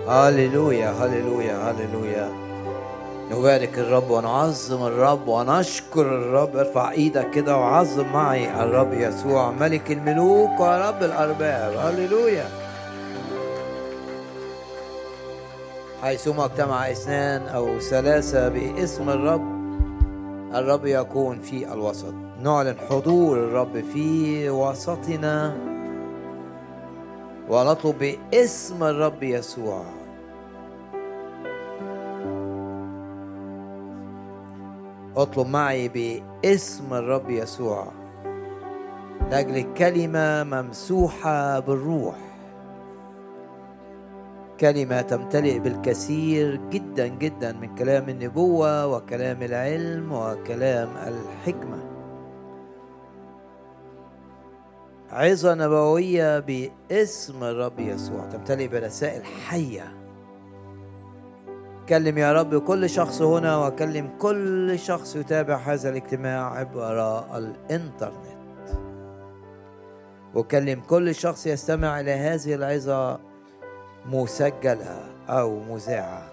هاليلويا هاليلويا هاليلويا. نبارك الرب ونعظم الرب ونشكر الرب. ارفع ايدك كده وعظم معي الرب يسوع ملك الملوك ورب الارباب. هاليلويا. حيثما اجتمع اثنان او ثلاثة باسم الرب يكون في الوسط. نعلن حضور الرب في وسطنا ونطلب باسم الرب يسوع. اطلب معي باسم الرب يسوع لأجل كلمة ممسوحة بالروح، كلمة تمتلئ بالكثير جدا جدا من كلام النبوة وكلام العلم وكلام الحكمة. عظة نبوية باسم الرب يسوع تمتلئ برسائل حية. كلم يا رب كل شخص هنا وكلم كل شخص يتابع هذا الاجتماع عبر الإنترنت، وكلم كل شخص يستمع إلى هذه العظة مسجلة أو مذاعة،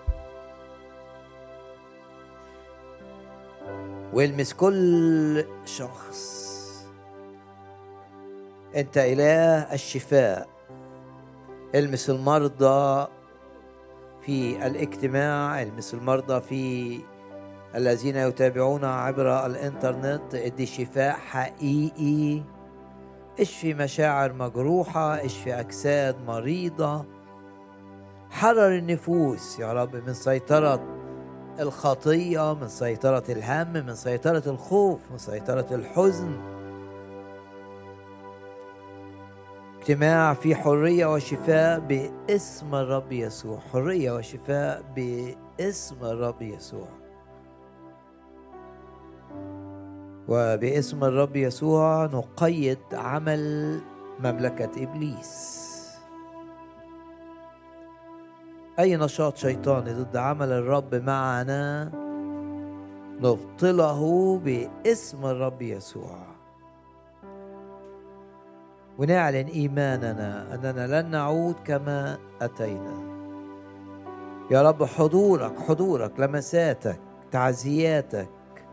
والمس كل شخص. أنت إله الشفاء. المس المرضى في الاجتماع، المس المرضى في الذين يتابعون عبر الإنترنت. ادي شفاء حقيقي. اشفي مشاعر مجروحة، اشفي أجساد مريضة. حرر النفوس يا رب من سيطرة الخطية، من سيطرة الهم، من سيطرة الخوف، من سيطرة الحزن. اجتماع في حرية وشفاء باسم الرب يسوع. حرية وشفاء باسم الرب يسوع. وباسم الرب يسوع نقيد عمل مملكة إبليس. أي نشاط شيطاني ضد عمل الرب معنا نبطله باسم الرب يسوع، ونعلن إيماننا أننا لن نعود كما أتينا. يا رب حضورك لمساتك، تعزياتك،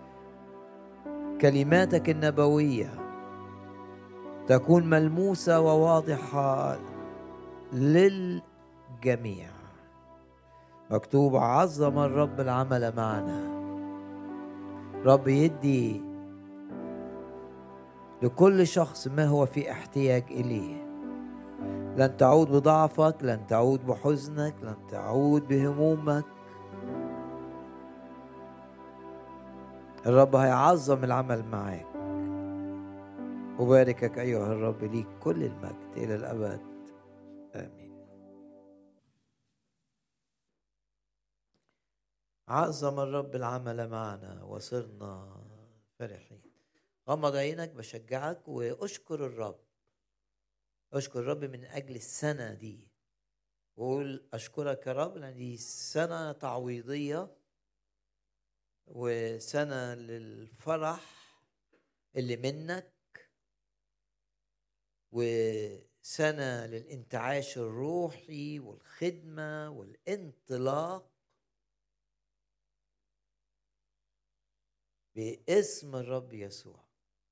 كلماتك النبوية تكون ملموسة وواضحة للجميع. مكتوب عظم الرب العمل معنا. رب يدي لكل شخص ما هو في احتياج إليه. لن تعود بضعفك، لن تعود بحزنك، لن تعود بهمومك. الرب هيعظم العمل معك. أباركك أيها الرب، ليك كل المجد إلى الأبد. آمين. عظم الرب العمل معنا وصرنا فرحين. غمض عينك، بشجعك واشكر الرب. اشكر الرب من أجل السنة دي. وقول أشكرك يا رب لأن دي سنة تعويضية وسنة للفرح اللي منك، وسنة للانتعاش الروحي والخدمة والانطلاق باسم الرب يسوع.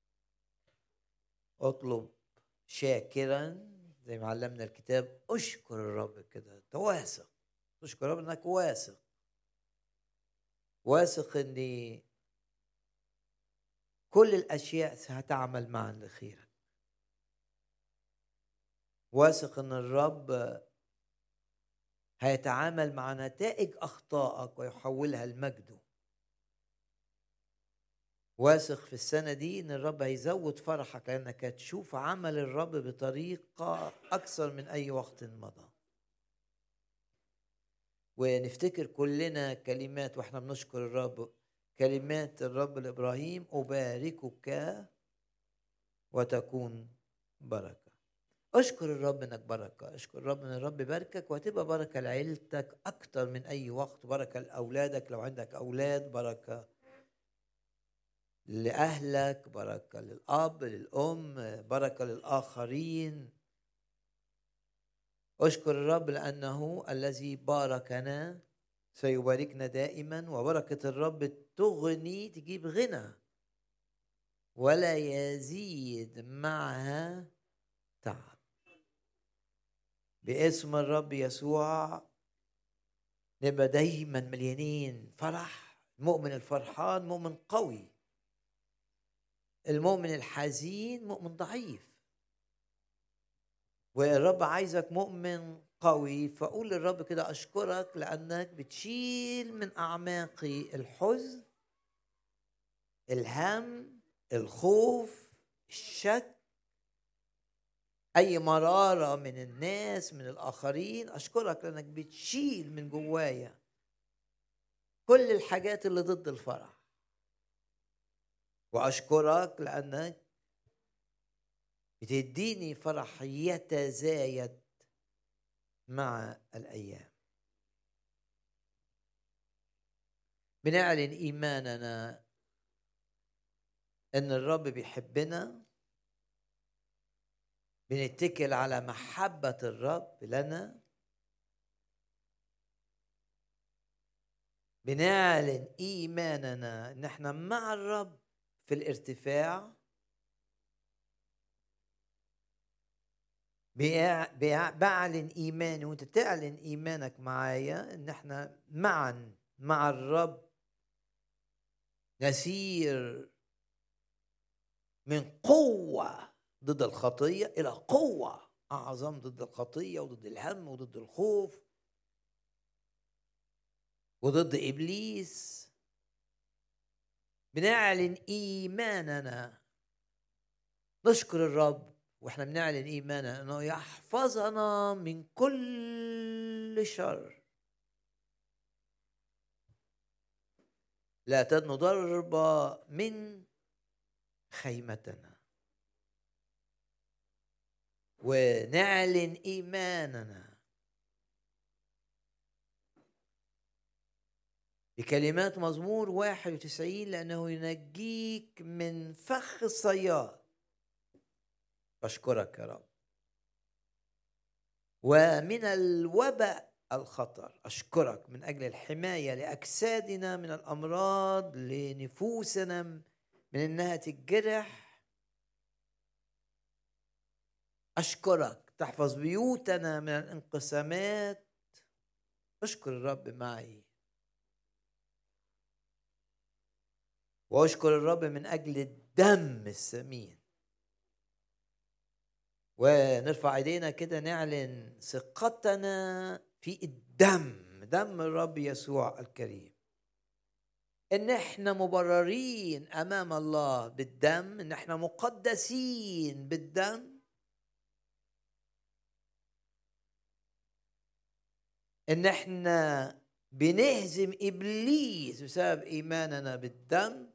اطلب شاكرا زي ما علمنا الكتاب. اشكر الرب كده، انت واثق. اشكر الرب انك واثق ان كل الاشياء ستعمل معا لخيرك. واثق ان الرب هيتعامل مع نتائج اخطائك ويحولها لمجده. واثق في السنة دي ان الرب هيزود فرحك لانك هتشوف عمل الرب بطريقة اكثر من اي وقت مضى. ونفتكر كلنا كلمات واحنا بنشكر الرب، كلمات الرب لإبراهيم: أباركك وتكون بركة. اشكر الرب انك بركة. اشكر الرب ان الرب باركك وهتبقى بركة لعيلتك اكتر من اي وقت. بركة لأولادك لو عندك اولاد، بركة لأهلك، بركة للأب للأم، بركة للآخرين. اشكر الرب لأنه الذي باركنا سيباركنا دائما، وبركة الرب تغني، تجيب غنى ولا يزيد معها تعب. باسم الرب يسوع نبقى دايما مليانين فرح. المؤمن الفرحان مؤمن قوي، المؤمن الحزين مؤمن ضعيف. والرب عايزك مؤمن قوي. فقول للرب كده: أشكرك لأنك بتشيل من أعماقي الحزن، الهم، الخوف، الشك، أي مرارة من الناس، من الآخرين. أشكرك لأنك بتشيل من جوايا كل الحاجات اللي ضد الفرح. وأشكرك لأنك بتديني فرح يتزايد مع الأيام. بنعلن إيماننا إن الرب بيحبنا، بنتكل على محبة الرب لنا، بنعلن إيماننا إن احنا مع الرب في الارتفاع، بعلن إيماني وانت تعلن إيمانك معايا إن احنا معا مع الرب نسير من قوة ضد الخطية إلى قوة أعظم ضد الخطية وضد الهم وضد الخوف وضد إبليس. بنعلن إيماننا، نشكر الرب واحنا بنعلن إيماننا أنه يحفظنا من كل شر، لا تدن ضربة من خيمتنا. ونعلن إيماننا بكلمات مزمور 91: لأنه ينجيك من فخ الصياد. أشكرك يا رب. ومن الوباء الخطر. أشكرك من أجل الحماية لأجسادنا من الأمراض، لنفوسنا من أنها تتجرح. أشكرك تحفظ بيوتنا من الانقسامات. أشكر الرب معي. وأشكر الرب من أجل الدم الثمين. ونرفع ايدينا كده نعلن ثقتنا في الدم، دم الرب يسوع الكريم، ان احنا مبررين امام الله بالدم، ان احنا مقدسين بالدم، ان احنا بنهزم ابليس بسبب ايماننا بالدم،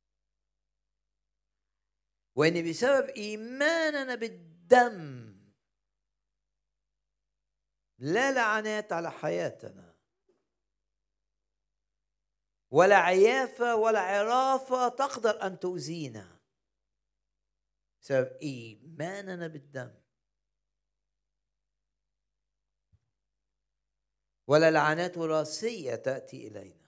وان بسبب ايماننا بالدم لا لعنات على حياتنا، ولا عيافة ولا عرافة تقدر أن تؤذينا بسبب إيماننا بالدم، ولا لعنات وراثية تأتي إلينا.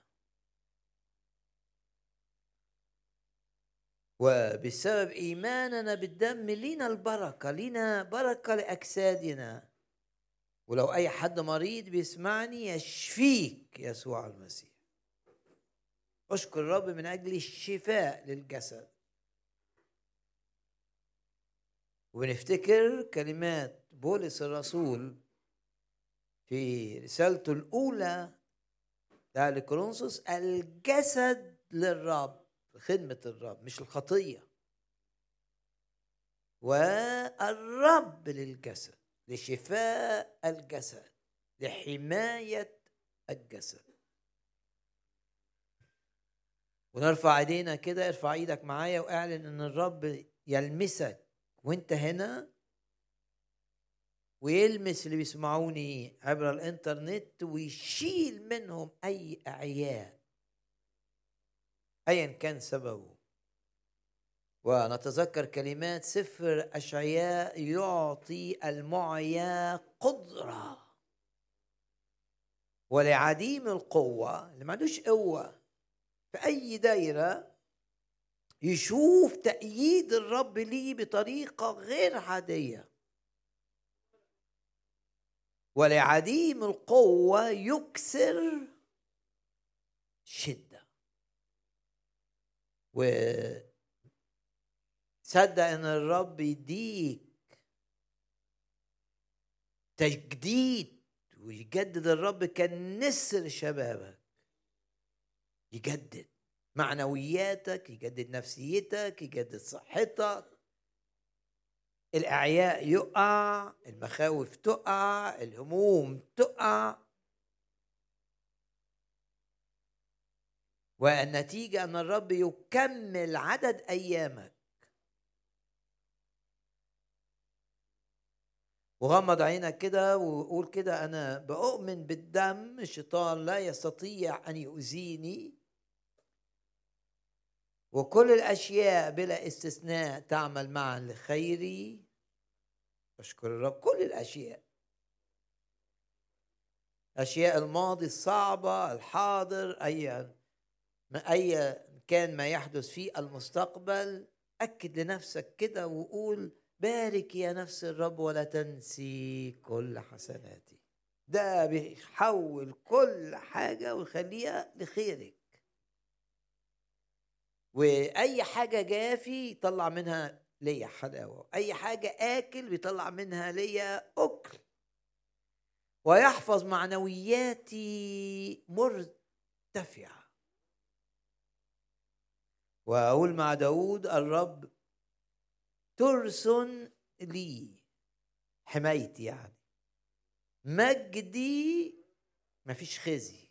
وبسبب إيماننا بالدم لينا البركة، لينا بركة لأجسادنا. ولو أي حد مريض بيسمعني، يشفيك يسوع المسيح. أشكر الرب من أجل الشفاء للجسد. ونفتكر كلمات بولس الرسول في رسالته الأولى لكورنثوس: الجسد للرب، خدمة الرب مش الخطية، والرب للجسد، لشفاء الجسد، لحماية الجسد. ونرفع ايدينا كده. ارفع ايدك معايا واعلن ان الرب يلمسك وانت هنا، ويلمس اللي بيسمعوني عبر الانترنت، ويشيل منهم اي اعياء ايا كان سببه. ونتذكر كلمات سفر أشعياء: يعطي المعيا قدرة. ولعديم القوة، اللي ما عندوش قوة في أي دايرة، يشوف تأييد الرب ليه بطريقة غير عادية. ولعديم القوة يكسر شدة. وصدق ان الرب يديك تجديد ويجدد. الرب كان نسر شبابك، يجدد معنوياتك، يجدد نفسيتك، يجدد صحتك. الأعياء يقع، المخاوف تقع، الهموم تقع، والنتيجة أن الرب يكمل عدد أيامك. وغمض عينك كده وقول كده: أنا بؤمن بالدم، الشيطان لا يستطيع أن يؤذيني، وكل الأشياء بلا استثناء تعمل معا لخيري. أشكر الرب. كل الأشياء، أشياء الماضي الصعبة، الحاضر، أي كان ما يحدث في المستقبل. أكد لنفسك كده وقول: بارك يا نفس الرب ولا تنسي كل حسناتي. ده بيحول كل حاجة ويخليها لخيرك. وأي حاجة جافي يطلع منها ليا حلاوة، أي حاجة آكل بيطلع منها ليا أكل، ويحفظ معنوياتي مرتفعة. وأقول مع داود: الرب ترس لي، حمايتي يعني، مجدي، مفيش خزي،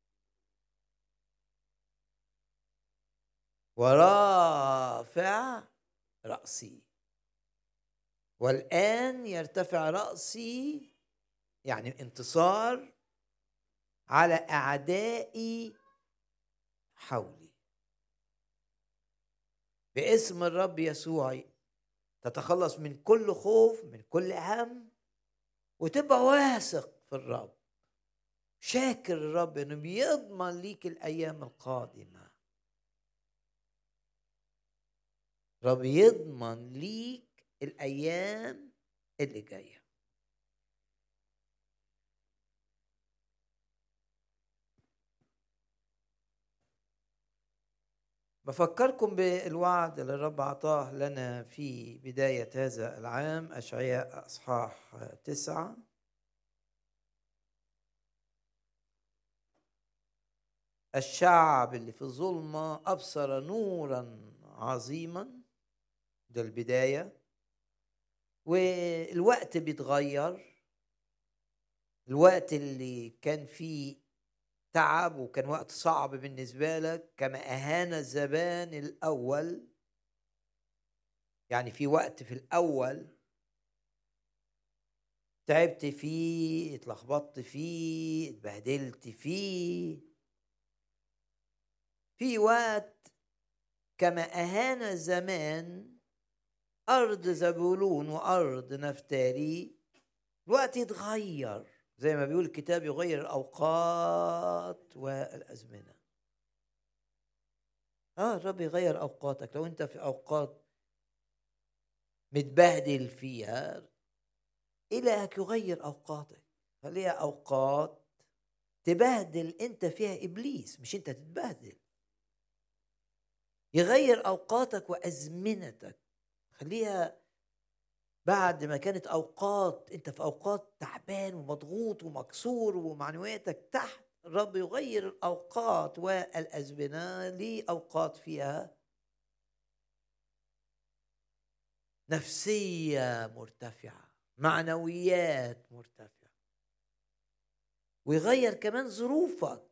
ورافع رأسي. والآن يرتفع رأسي، يعني انتصار على أعدائي حولي. باسم الرب يسوع تتخلص من كل خوف، من كل هم، وتبقى واثق في الرب، شاكر الرب انه بيضمن ليك الايام القادمه. رب يضمن ليك الايام اللي جايه. بفكركم بالوعد اللي الرب اعطاه لنا في بدايه هذا العام، اشعياء اصحاح 9. الشعب اللي في الظلمه ابصر نورا عظيما. ده البدايه. والوقت بيتغير. الوقت اللي كان فيه تعب وكان وقت صعب بالنسبة لك، كما أهان الزمان الأول. يعني في وقت في الأول تعبت فيه، اتلخبطت فيه، اتبهدلت فيه. في وقت كما أهان الزمان أرض زبولون وأرض نفتالي. الوقت يتغير، زي ما بيقول الكتاب: يغير الأوقات والأزمنة. الرب يغير أوقاتك. لو أنت في أوقات متبهدل فيها، إلهك يغير أوقاتك. خليها أوقات تبهدل أنت فيها إبليس، مش أنت تتبهدل. يغير أوقاتك وأزمنتك. خليها بعد ما كانت أوقات أنت في أوقات تعبان ومضغوط ومكسور ومعنوياتك تحت، الرب يغير الأوقات والأزمنة لأوقات فيها نفسية مرتفعة، معنويات مرتفعة. ويغير كمان ظروفك.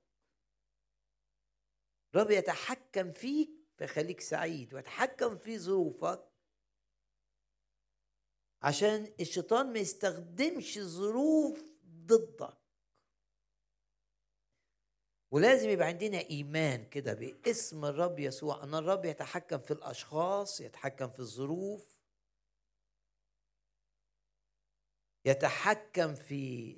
الرب يتحكم فيك فيخليك سعيد، ويتحكم في ظروفك عشان الشيطان ما يستخدمش الظروف ضدك. ولازم يبقى عندنا إيمان كده باسم الرب يسوع أن الرب يتحكم في الأشخاص، يتحكم في الظروف. يتحكم في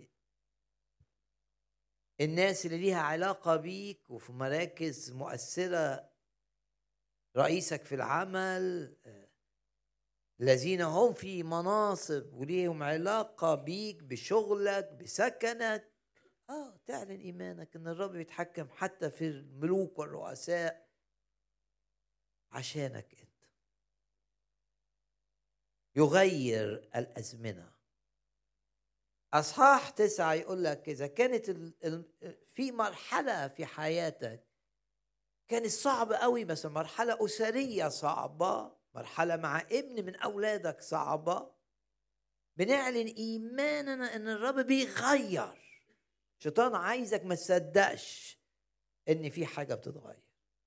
الناس اللي ليها علاقة بيك وفي مراكز مؤثرة، رئيسك في العمل، الذين هم في مناصب وليهم علاقة بيك بشغلك بسكنك. تعلن إيمانك إن الرب بيتحكم حتى في الملوك والرؤساء عشانك أنت. يغير الأزمنة. أصحاح 9 يقول لك إذا كانت في مرحلة في حياتك كانت صعبة قوي، مثلا مرحلة أسرية صعبة، مرحلة مع ابن من أولادك صعبة، بنعلن إيماننا إن الرب بيغير. الشيطان عايزك ما تصدقش إن في حاجة بتتغير.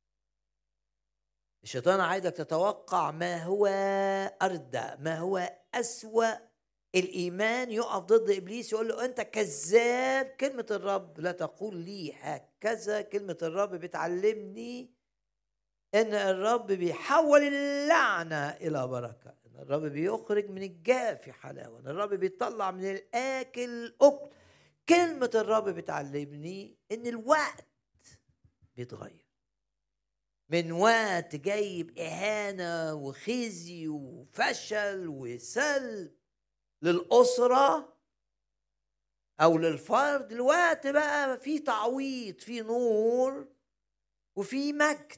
الشيطان عايزك تتوقع ما هو أردى، ما هو أسوأ. الإيمان يقف ضد إبليس يقول له أنت كذاب، كلمة الرب لا تقول لي هكذا. كلمة الرب بتعلمني إن الرب بيحول اللعنة إلى بركة، إن الرب بيخرج من الجاف حلاوة، إن الرب بيطلع من الآكل أكل. كلمة الرب بتعلمني إن الوقت بيتغير، من وقت جايب إهانة وخزي وفشل وسلب للأسرة أو للفرد، الوقت بقى فيه تعويض، فيه نور وفيه مجد.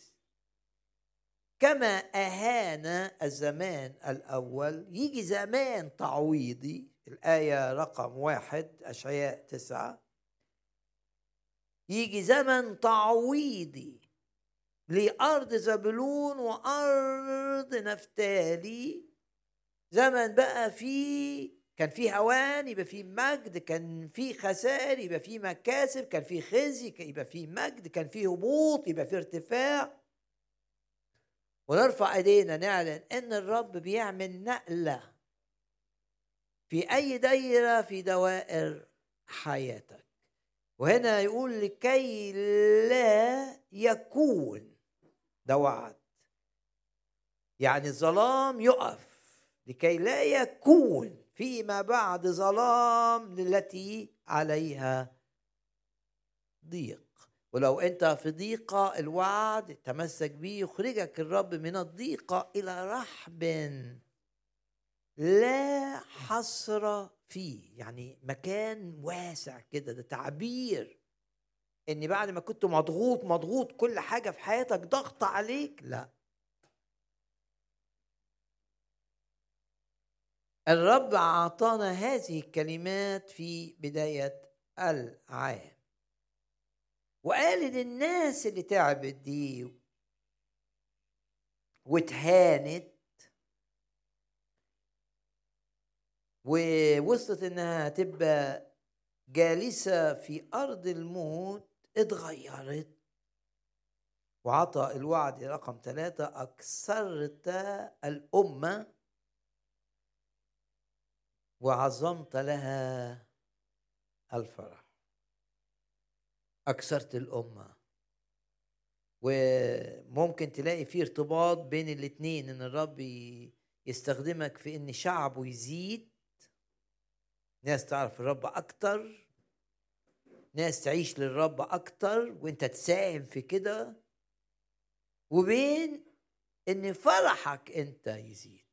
كما أهان الزمان الأول يجي زمان تعويضي. الآية رقم 1 أشعياء 9، يجي زمن تعويضي لأرض زبلون وأرض نفتالي. زمن بقى كان فيه هوان يبقى فيه مجد، كان فيه خسائر يبقى فيه مكاسب، كان فيه خزي يبقى فيه مجد، كان فيه هبوط يبقى فيه ارتفاع. ونرفع ايدينا نعلن ان الرب بيعمل نقلة في اي دايرة في دوائر حياتك. وهنا يقول لكي لا يكون، ده وعد، يعني الظلام يقف، لكي لا يكون فيما بعد ظلام للتي عليها ضيق. ولو انت في ضيقة، الوعد تمسك بيه، يخرجك الرب من الضيقة إلى رحب لا حصر فيه، يعني مكان واسع كده. ده تعبير ان بعد ما كنت مضغوط كل حاجة في حياتك ضغط عليك، لا، الرب أعطانا هذه الكلمات في بداية العام، وقال للناس اللي تعبت دي واتهانت ووصلت انها تبقى جالسة في أرض الموت، اتغيرت. وعطى الوعد رقم 3: أكثرت الأمة وعظمت لها الفرح. أكثرت الأمة، وممكن تلاقي فيه ارتباط بين الاتنين، ان الرب يستخدمك في ان شعبه يزيد، ناس تعرف الرب اكتر، ناس تعيش للرب اكتر وانت تساهم في كده، وبين ان فرحك انت يزيد.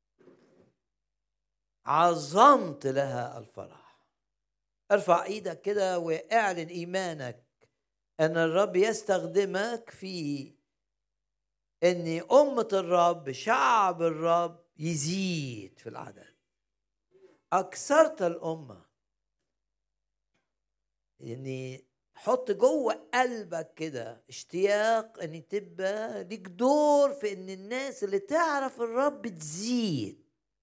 عظمت لها الفرح. ارفع ايدك كده واعلن ايمانك ان الرب يستخدمك في ان أمة الرب، شعب الرب يزيد في العدد. أكثرت الأمة، يعني حط جوه قلبك كده اشتياق ان تبقى ليك دور في ان الناس اللي تعرف الرب تزيد.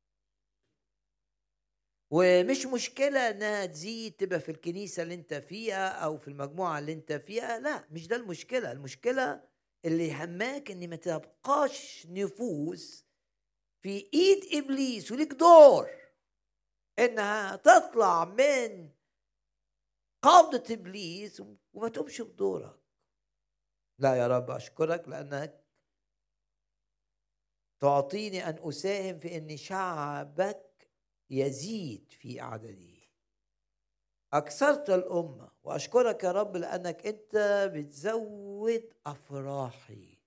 ومش مشكلة انها تزيد تبقى في الكنيسة اللي انت فيها او في المجموعة اللي انت فيها، لا، مش ده المشكلة. المشكلة اللي هماك ان ما تبقاش نفوس في ايد ابليس، وليك دور انها تطلع من قبضة ابليس وما تقومش بدورك. لا يا رب، اشكرك لانك تعطيني ان اساهم في ان شعبك يزيد في عدده. أكثرت الأمة، وأشكرك يا رب لأنك أنت بتزود أفراحي.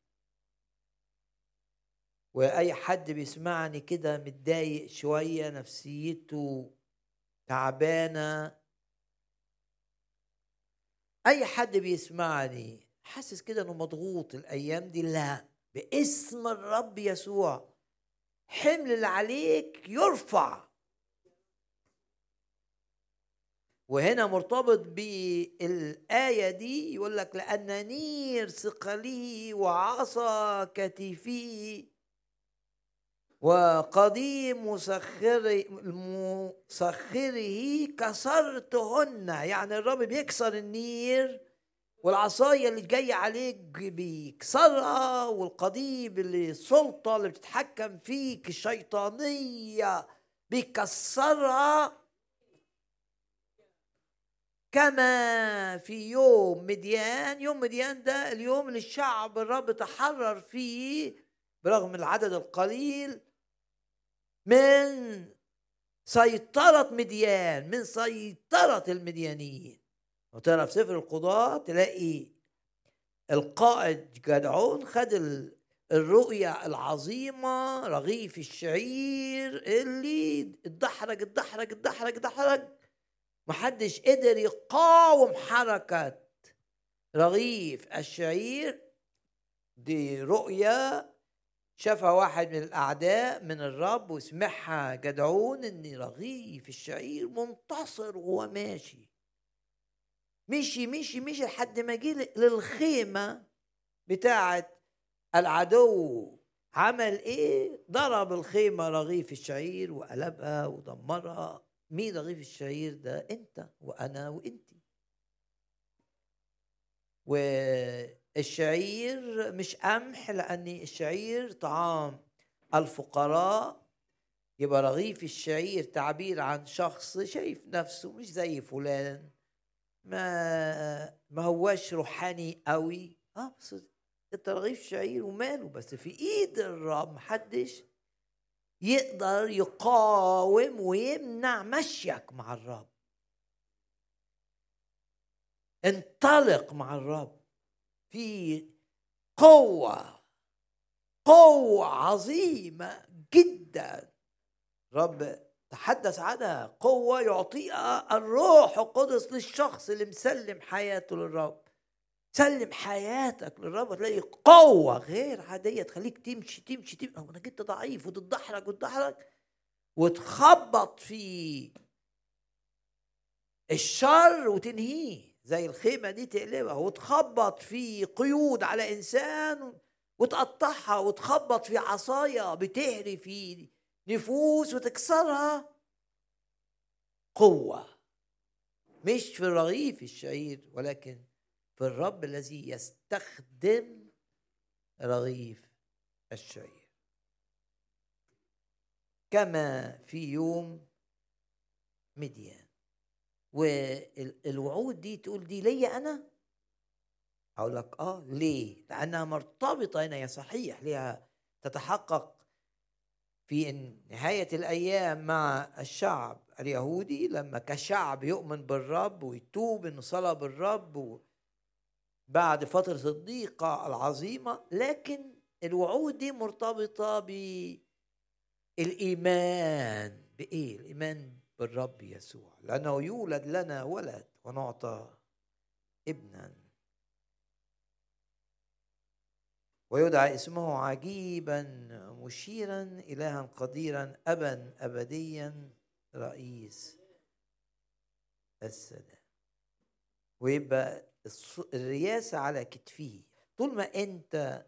وأي حد بيسمعني كده متضايق شوية، نفسيته تعبانة، أي حد بيسمعني حاسس كده إنه مضغوط الأيام دي، لا، باسم الرب يسوع حمل اللي عليك يرفع. وهنا مرتبط بالآية دي، يقول لك لأن نير ثقله وعصا كتفه وقديم مسخره كسرتهن. يعني الرب بيكسر النير، والعصاية اللي جاية عليك بيكسرها، والقضيب اللي السلطة اللي بتتحكم فيك الشيطانية بيكسرها. كما في يوم مديان، يوم مديان ده اليوم اللي الشعب الرب تحرر فيه برغم العدد القليل من سيطرة مديان، من سيطرة المديانيين. وترى في سفر القضاء تلاقي القائد جدعون خد الرؤية العظيمة، رغيف الشعير اللي اتدحرج محدش قدر يقاوم حركة رغيف الشعير. دي رؤية شافها واحد من الأعداء من الرب، وسمعها جدعون إن رغيف الشعير منتصر وهو ماشي. مشي لحد ما جه للخيمة بتاعة العدو. عمل ايه؟ ضرب الخيمة رغيف الشعير وقلبها ودمرها. مين رغيف الشعير ده؟ انت وانا وانت. والشعير مش قمح، لان الشعير طعام الفقراء. يبقى رغيف الشعير تعبير عن شخص شايف نفسه مش زي فلان، ما هواش روحاني قوي. بس انت رغيف شعير وماله، بس في ايد الرب محدش يقدر يقاوم ويمنع مشيك مع الرب. انطلق مع الرب في قوة عظيمة جدا رب تحدث عنها، قوة يعطيها الروح القدس للشخص اللي مسلم حياته للرب. سلم حياتك للرب، تلاقي قوة غير عادية تخليك تمشي. انا كنت ضعيف وتتدحرج وتخبط في الشر وتنهيه، زي الخيمة دي تقلبها، وتخبط في قيود على إنسان وتقطعها، وتخبط في عصاية بتهري في نفوس وتكسرها. قوة مش في رغيف الشعير، ولكن في الرب الذي يستخدم رغيف الشعير. كما في يوم مديان. والوعود دي تقول دي ليا أنا؟ أقول لك ليه؟ لأنها مرتبطة هنا، يا صحيح ليها تتحقق في نهاية الأيام مع الشعب اليهودي، لما كشعب يؤمن بالرب ويتوب إنه صلب الرب بعد فترة الضيقة العظيمة. لكن الوعود دي مرتبطة بالإيمان. بإيه؟ الإيمان بالرب يسوع، لأنه يولد لنا ولد ونعطى ابنا ويدعى اسمه عجيبا مشيرا إلها قديرا أبا أبديا رئيس السلام. ويبقى الرياسة على كتفه. طول ما أنت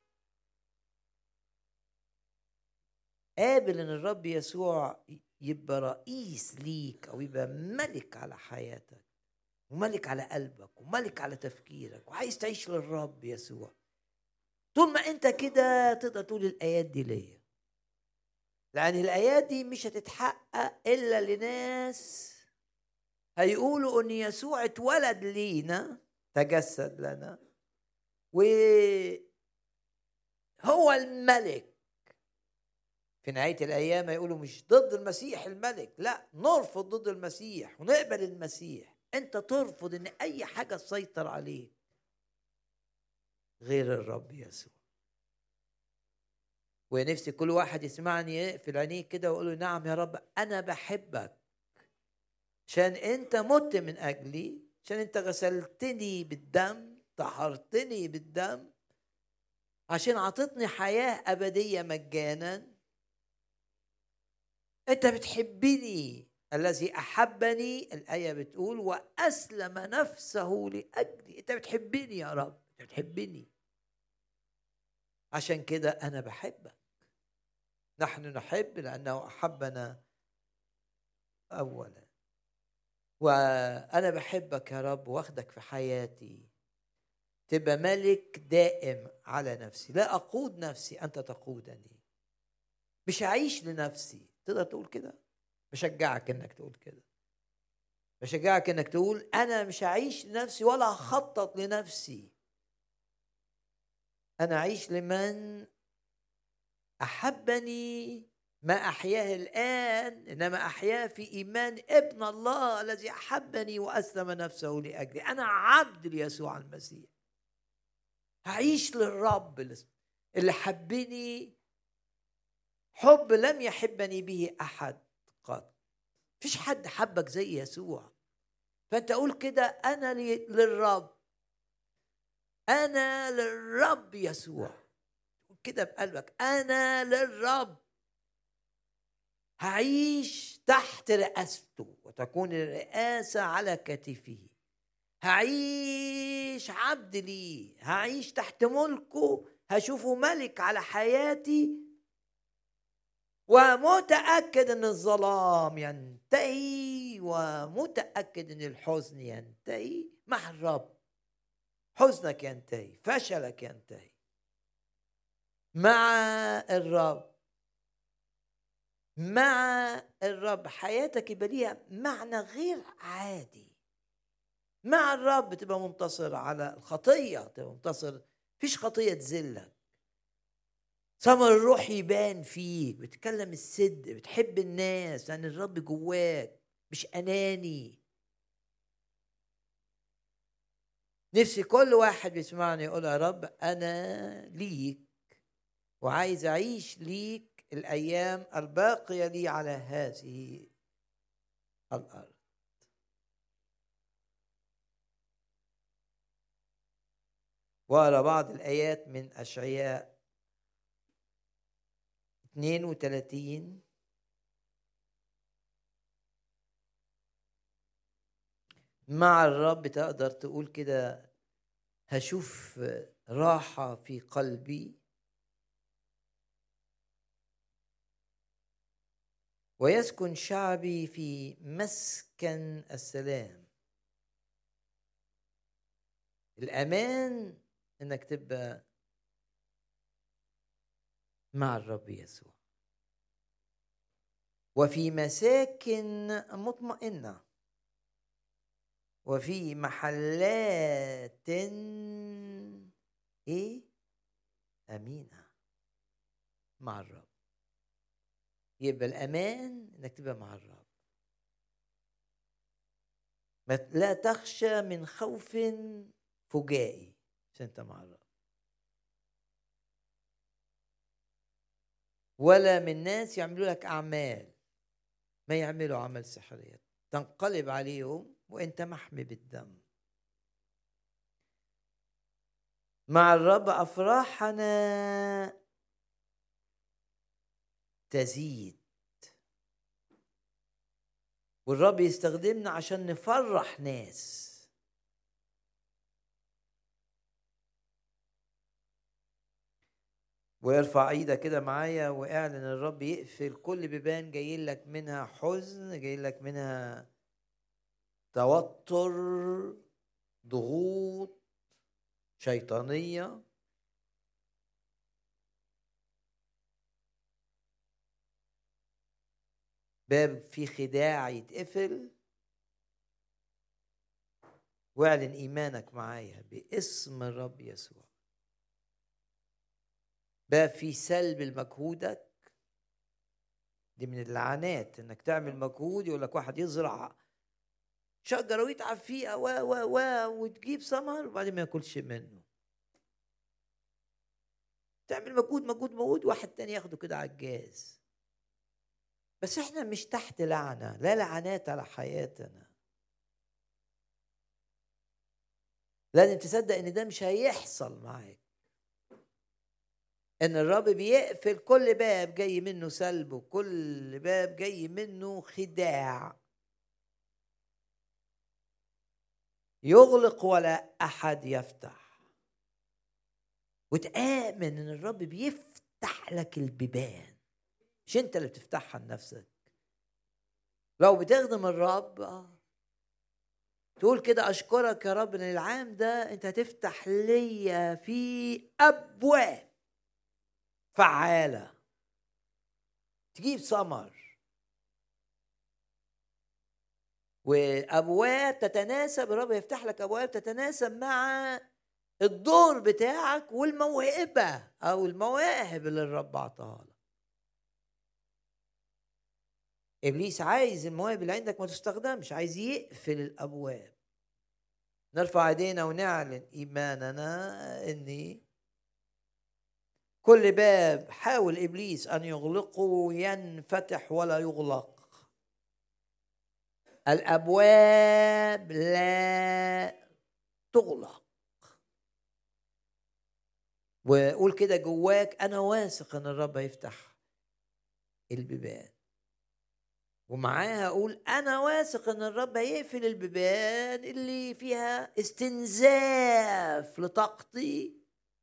قابل ان الرب يسوع يبقى رئيس ليك، او يبقى ملك على حياتك وملك على قلبك وملك على تفكيرك، وعايز تعيش للرب يسوع، طول ما انت كده تقدر تقول الايات دي ليا. لان الايات دي مش هتتحقق الا لناس هيقولوا ان يسوع اتولد لينا، تجسد لنا، وهو الملك في نهاية الأيام يقولوا مش ضد المسيح الملك، لا، نرفض ضد المسيح ونقبل المسيح. أنت ترفض إن أي حاجة تسيطر عليك غير الرب يسوع. ونفسي كل واحد يسمعني يقفل عينيه كده ويقول له نعم يا رب، أنا بحبك عشان أنت مت من أجلي، عشان أنت غسلتني بالدم، طهرتني بالدم، عشان عطتني حياة أبدية مجانا. أنت بتحبني، الذي أحبني الآية بتقول وأسلم نفسه لأجلي. أنت بتحبني يا رب، أنت بتحبني، عشان كده أنا بحبك. نحن نحب لأنه أحبنا أولا. وأنا بحبك يا رب، واخدك في حياتي تبقى ملك دائم على نفسي. لا أقود نفسي، أنت تقودني. مش هعيش لنفسي. تقدر تقول كده؟ بشجعك انك تقول كده. بشجعك انك تقول انا مش هعيش لنفسي ولا هخطط لنفسي. انا اعيش لمن احبني، ما احياه الان انما احياه في ايمان ابن الله الذي احبني واسلم نفسه لاجلي. انا عبد ليسوع المسيح. هعيش للرب اللي حبني حب لم يحبني به احد قط. مفيش حد حبك زي يسوع. فانت قول كده انا للرب، انا للرب يسوع كده بقلبك. انا للرب، هعيش تحت رئاسته وتكون الرئاسة على كتفه. هعيش عبد ليه، هعيش تحت ملكه، هشوفه ملك على حياتي، ومتأكد ان الظلام ينتهي، ومتأكد ان الحزن ينتهي مع الرب. حزنك ينتهي، فشلك ينتهي مع الرب. مع الرب حياتك يبقى ليها معنى غير عادي. مع الرب تبقى منتصر على الخطية، تبقى منتصر، مفيش خطية تذلك. ثمر الروح يبان فيك، بتكلم الصدق، بتحب الناس لأن الرب جواك، مش أناني. نفسي كل واحد بيسمعني يقول يا رب أنا ليك، وعايز أعيش ليك الأيام الباقية لي على هذه الأرض. وأقرأ بعض الآيات من أشعياء 32. مع الرب تقدر تقول كده هشوف راحة في قلبي، ويسكن شعبي في مسكن السلام. الأمان إنك تبقى مع الرب يسوع، وفي مساكن مطمئنة، وفي محلات أمينة مع الرب. يبقى الأمان إنك تبقى مع الرب. لا تخشى من خوف فجائي عشان أنت مع الرب، ولا من ناس يعملوا لك أعمال، ما يعملوا عمل سحرية تنقلب عليهم وأنت محمي بالدم. مع الرب أفراحنا تزيد، والرب يستخدمنا عشان نفرح ناس. ويرفع ايدك كده معايا واعلن الرب يقفل كل بيبان جاي لك منها حزن، جاي لك منها توتر، ضغوط شيطانية. باب فيه خداع يتقفل، واعلن ايمانك معايا باسم الرب يسوع. دي من اللعنات، انك تعمل مجهود. يقول لك واحد يزرع شجره ويتعب فيها وتجيب ثمر وبعدين ما ياكلش منه. تعمل مجهود مجهود مجهود، واحد تاني ياخده كده على الجاز. بس احنا مش تحت لعنه، لا لعنات على حياتنا. لازم تصدق ان ده مش هيحصل معاك، ان الرب بيقفل كل باب جاي منه سلب وكل باب جاي منه خداع. يغلق ولا احد يفتح، وتآمن ان الرب بيفتح لك البيبان، مش انت اللي بتفتحها لنفسك. لو بتخدم الرب تقول كده اشكرك يا رب ان العام ده انت هتفتح ليا في ابواب فعالة تجيب ثمر، وابواب تتناسب. الرب يفتح لك ابواب تتناسب مع الدور بتاعك والموهبة او المواهب اللي الرب عطاها لك. ابليس عايز المواهب اللي عندك ما تستخدمش، عايز يقفل الابواب. نرفع ايدينا ونعلن ايماننا ان كل باب حاول ابليس ان يغلقه ينفتح ولا يغلق. الابواب لا تغلق. وقول كده جواك انا واثق ان الرب هيفتح البيبان، ومعاها اقول انا واثق ان الرب هيقفل البيبان اللي فيها استنزاف لطاقتي.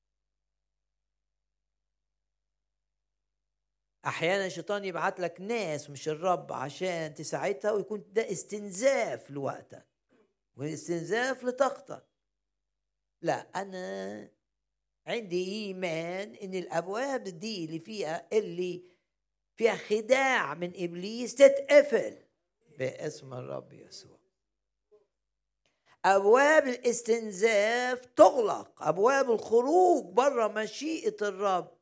احيانا الشيطان يبعت لك ناس مش الرب عشان تساعدها، ويكون ده استنزاف لوقتك واستنزاف لطاقتك. لا، انا عندي ايمان ان الابواب دي اللي فيها خداع من ابليس تتقفل باسم الرب يسوع. ابواب الاستنزاف تغلق، ابواب الخروج بره مشيئة الرب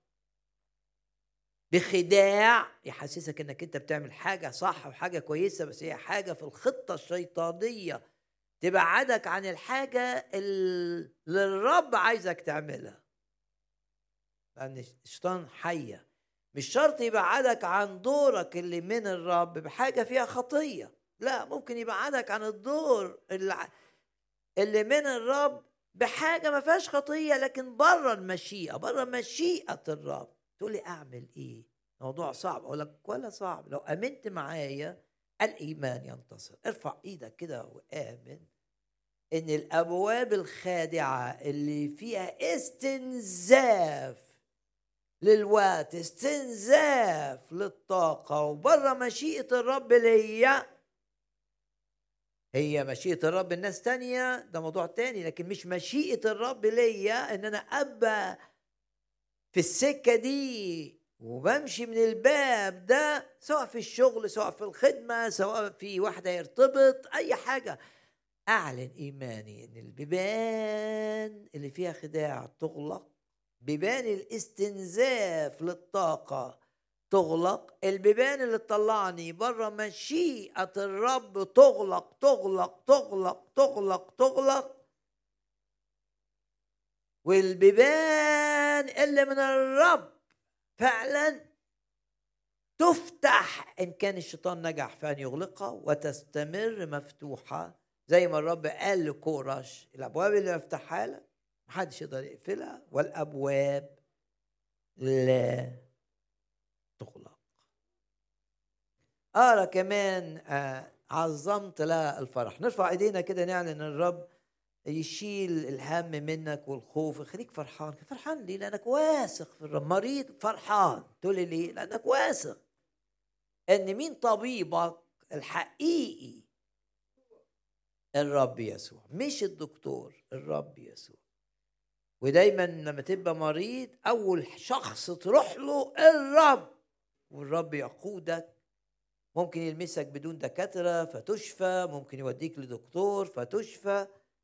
بخداع يحسسك انك انت بتعمل حاجة صح وحاجة كويسة، بس هي حاجة في الخطة الشيطانية تبعدك عن الحاجة اللي الرب عايزك تعملها. لأن الشيطان حية، مش شرط يبعدك عن دورك اللي من الرب بحاجة فيها خطية، لا، ممكن يبعدك عن الدور اللي من الرب بحاجة ما فيهاش خطية لكن بره المشيئة، بره مشيئة الرب. تقول لي أعمل إيه؟ موضوع صعب. أقول لك ولا صعب، لو أمنت معايا الإيمان ينتصر. ارفع إيدك كده وآمن إن الأبواب الخادعة اللي فيها استنزاف للوقت، استنزاف للطاقة وبره مشيئة الرب ليا، هي مشيئة الرب الناس تانية ده موضوع تاني، لكن مش مشيئة الرب ليا ان انا ابقى في السكة دي وبمشي من الباب ده، سواء في الشغل سواء في الخدمة سواء في واحدة يرتبط اي حاجة. اعلن ايماني ان البيبان اللي فيها خداع تغلق، بيبان الاستنزاف للطاقة تغلق، البيبان اللي تطلعني بره مشيئة الرب تغلق تغلق تغلق تغلق تغلق، والبيبان اللي من الرب فعلا تفتح إن كان الشيطان نجح في أن يغلقها وتستمر مفتوحة زي ما الرب قال لكورش الأبواب اللي يفتحها لك محدش يقدر يقفلها، والأبواب لا تغلق. أرى كمان عظمت لها الفرح. نرفع ايدينا كده نعلن الرب يشيل الهم منك والخوف. خليك فرحان. فرحان ليه؟ لأنك واثق في الرب. مريض فرحان. تقول لي ليه؟ لأنك واثق ان مين طبيبك الحقيقي؟ الرب يسوع، مش الدكتور، الرب يسوع. ودايما لما تبقى مريض اول شخص تروح له الرب، والرب يقودك. ممكن يلمسك بدون دكاترة فتشفى، ممكن يوديك لدكتور فتشفى،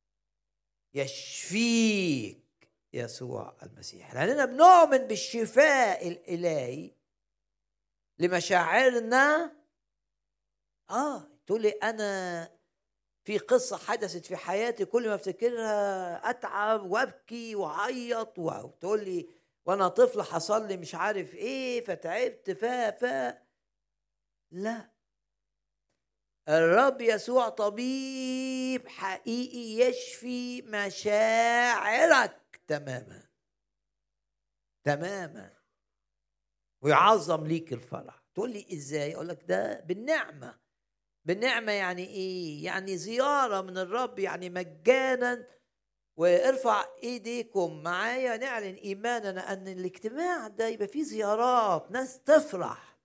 يشفيك يسوع المسيح. لأننا بنؤمن بالشفاء الإلهي لمشاعرنا. تقول لي انا في قصة حدثت في حياتي كل ما افتكرها اتعب وابكي واعيط، وتقول لي وانا طفل حصل لي مش عارف ايه فتعبت لا، الرب يسوع طبيب حقيقي يشفي مشاعرك تماما تماما ويعظم ليك الفرح. تقول لي ازاي؟ اقول لك ده بالنعمة. بالنعمة يعني ايه؟ يعني زيارة من الرب، يعني مجانا. وارفع ايديكم معايا نعلن ايماننا ان الاجتماع ده يبقى فيه زيارات، ناس تفرح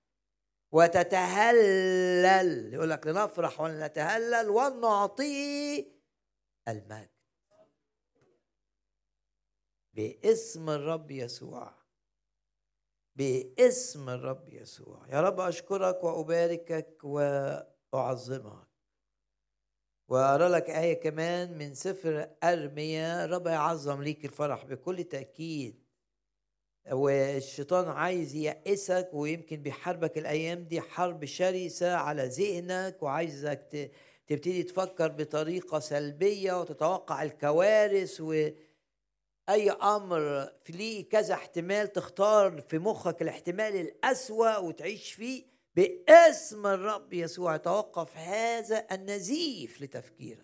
وتتهلل. يقول لك لنفرح ونتهلل ونعطيه المجد باسم الرب يسوع. باسم الرب يسوع. يا رب أشكرك وأباركك وأعظمك. وأرى لك آية كمان من سفر أرميا. رب يعظم ليك الفرح بكل تأكيد. والشيطان عايز ييأسك ويمكن بيحاربك الأيام دي حرب شرسة على ذهنك، وعايزك تبتدي تفكر بطريقة سلبية وتتوقع الكوارث، وأي أمر في ليه كذا احتمال تختار في مخك الاحتمال الأسوأ وتعيش فيه. باسم الرب يسوع توقف هذا النزيف لتفكيرك.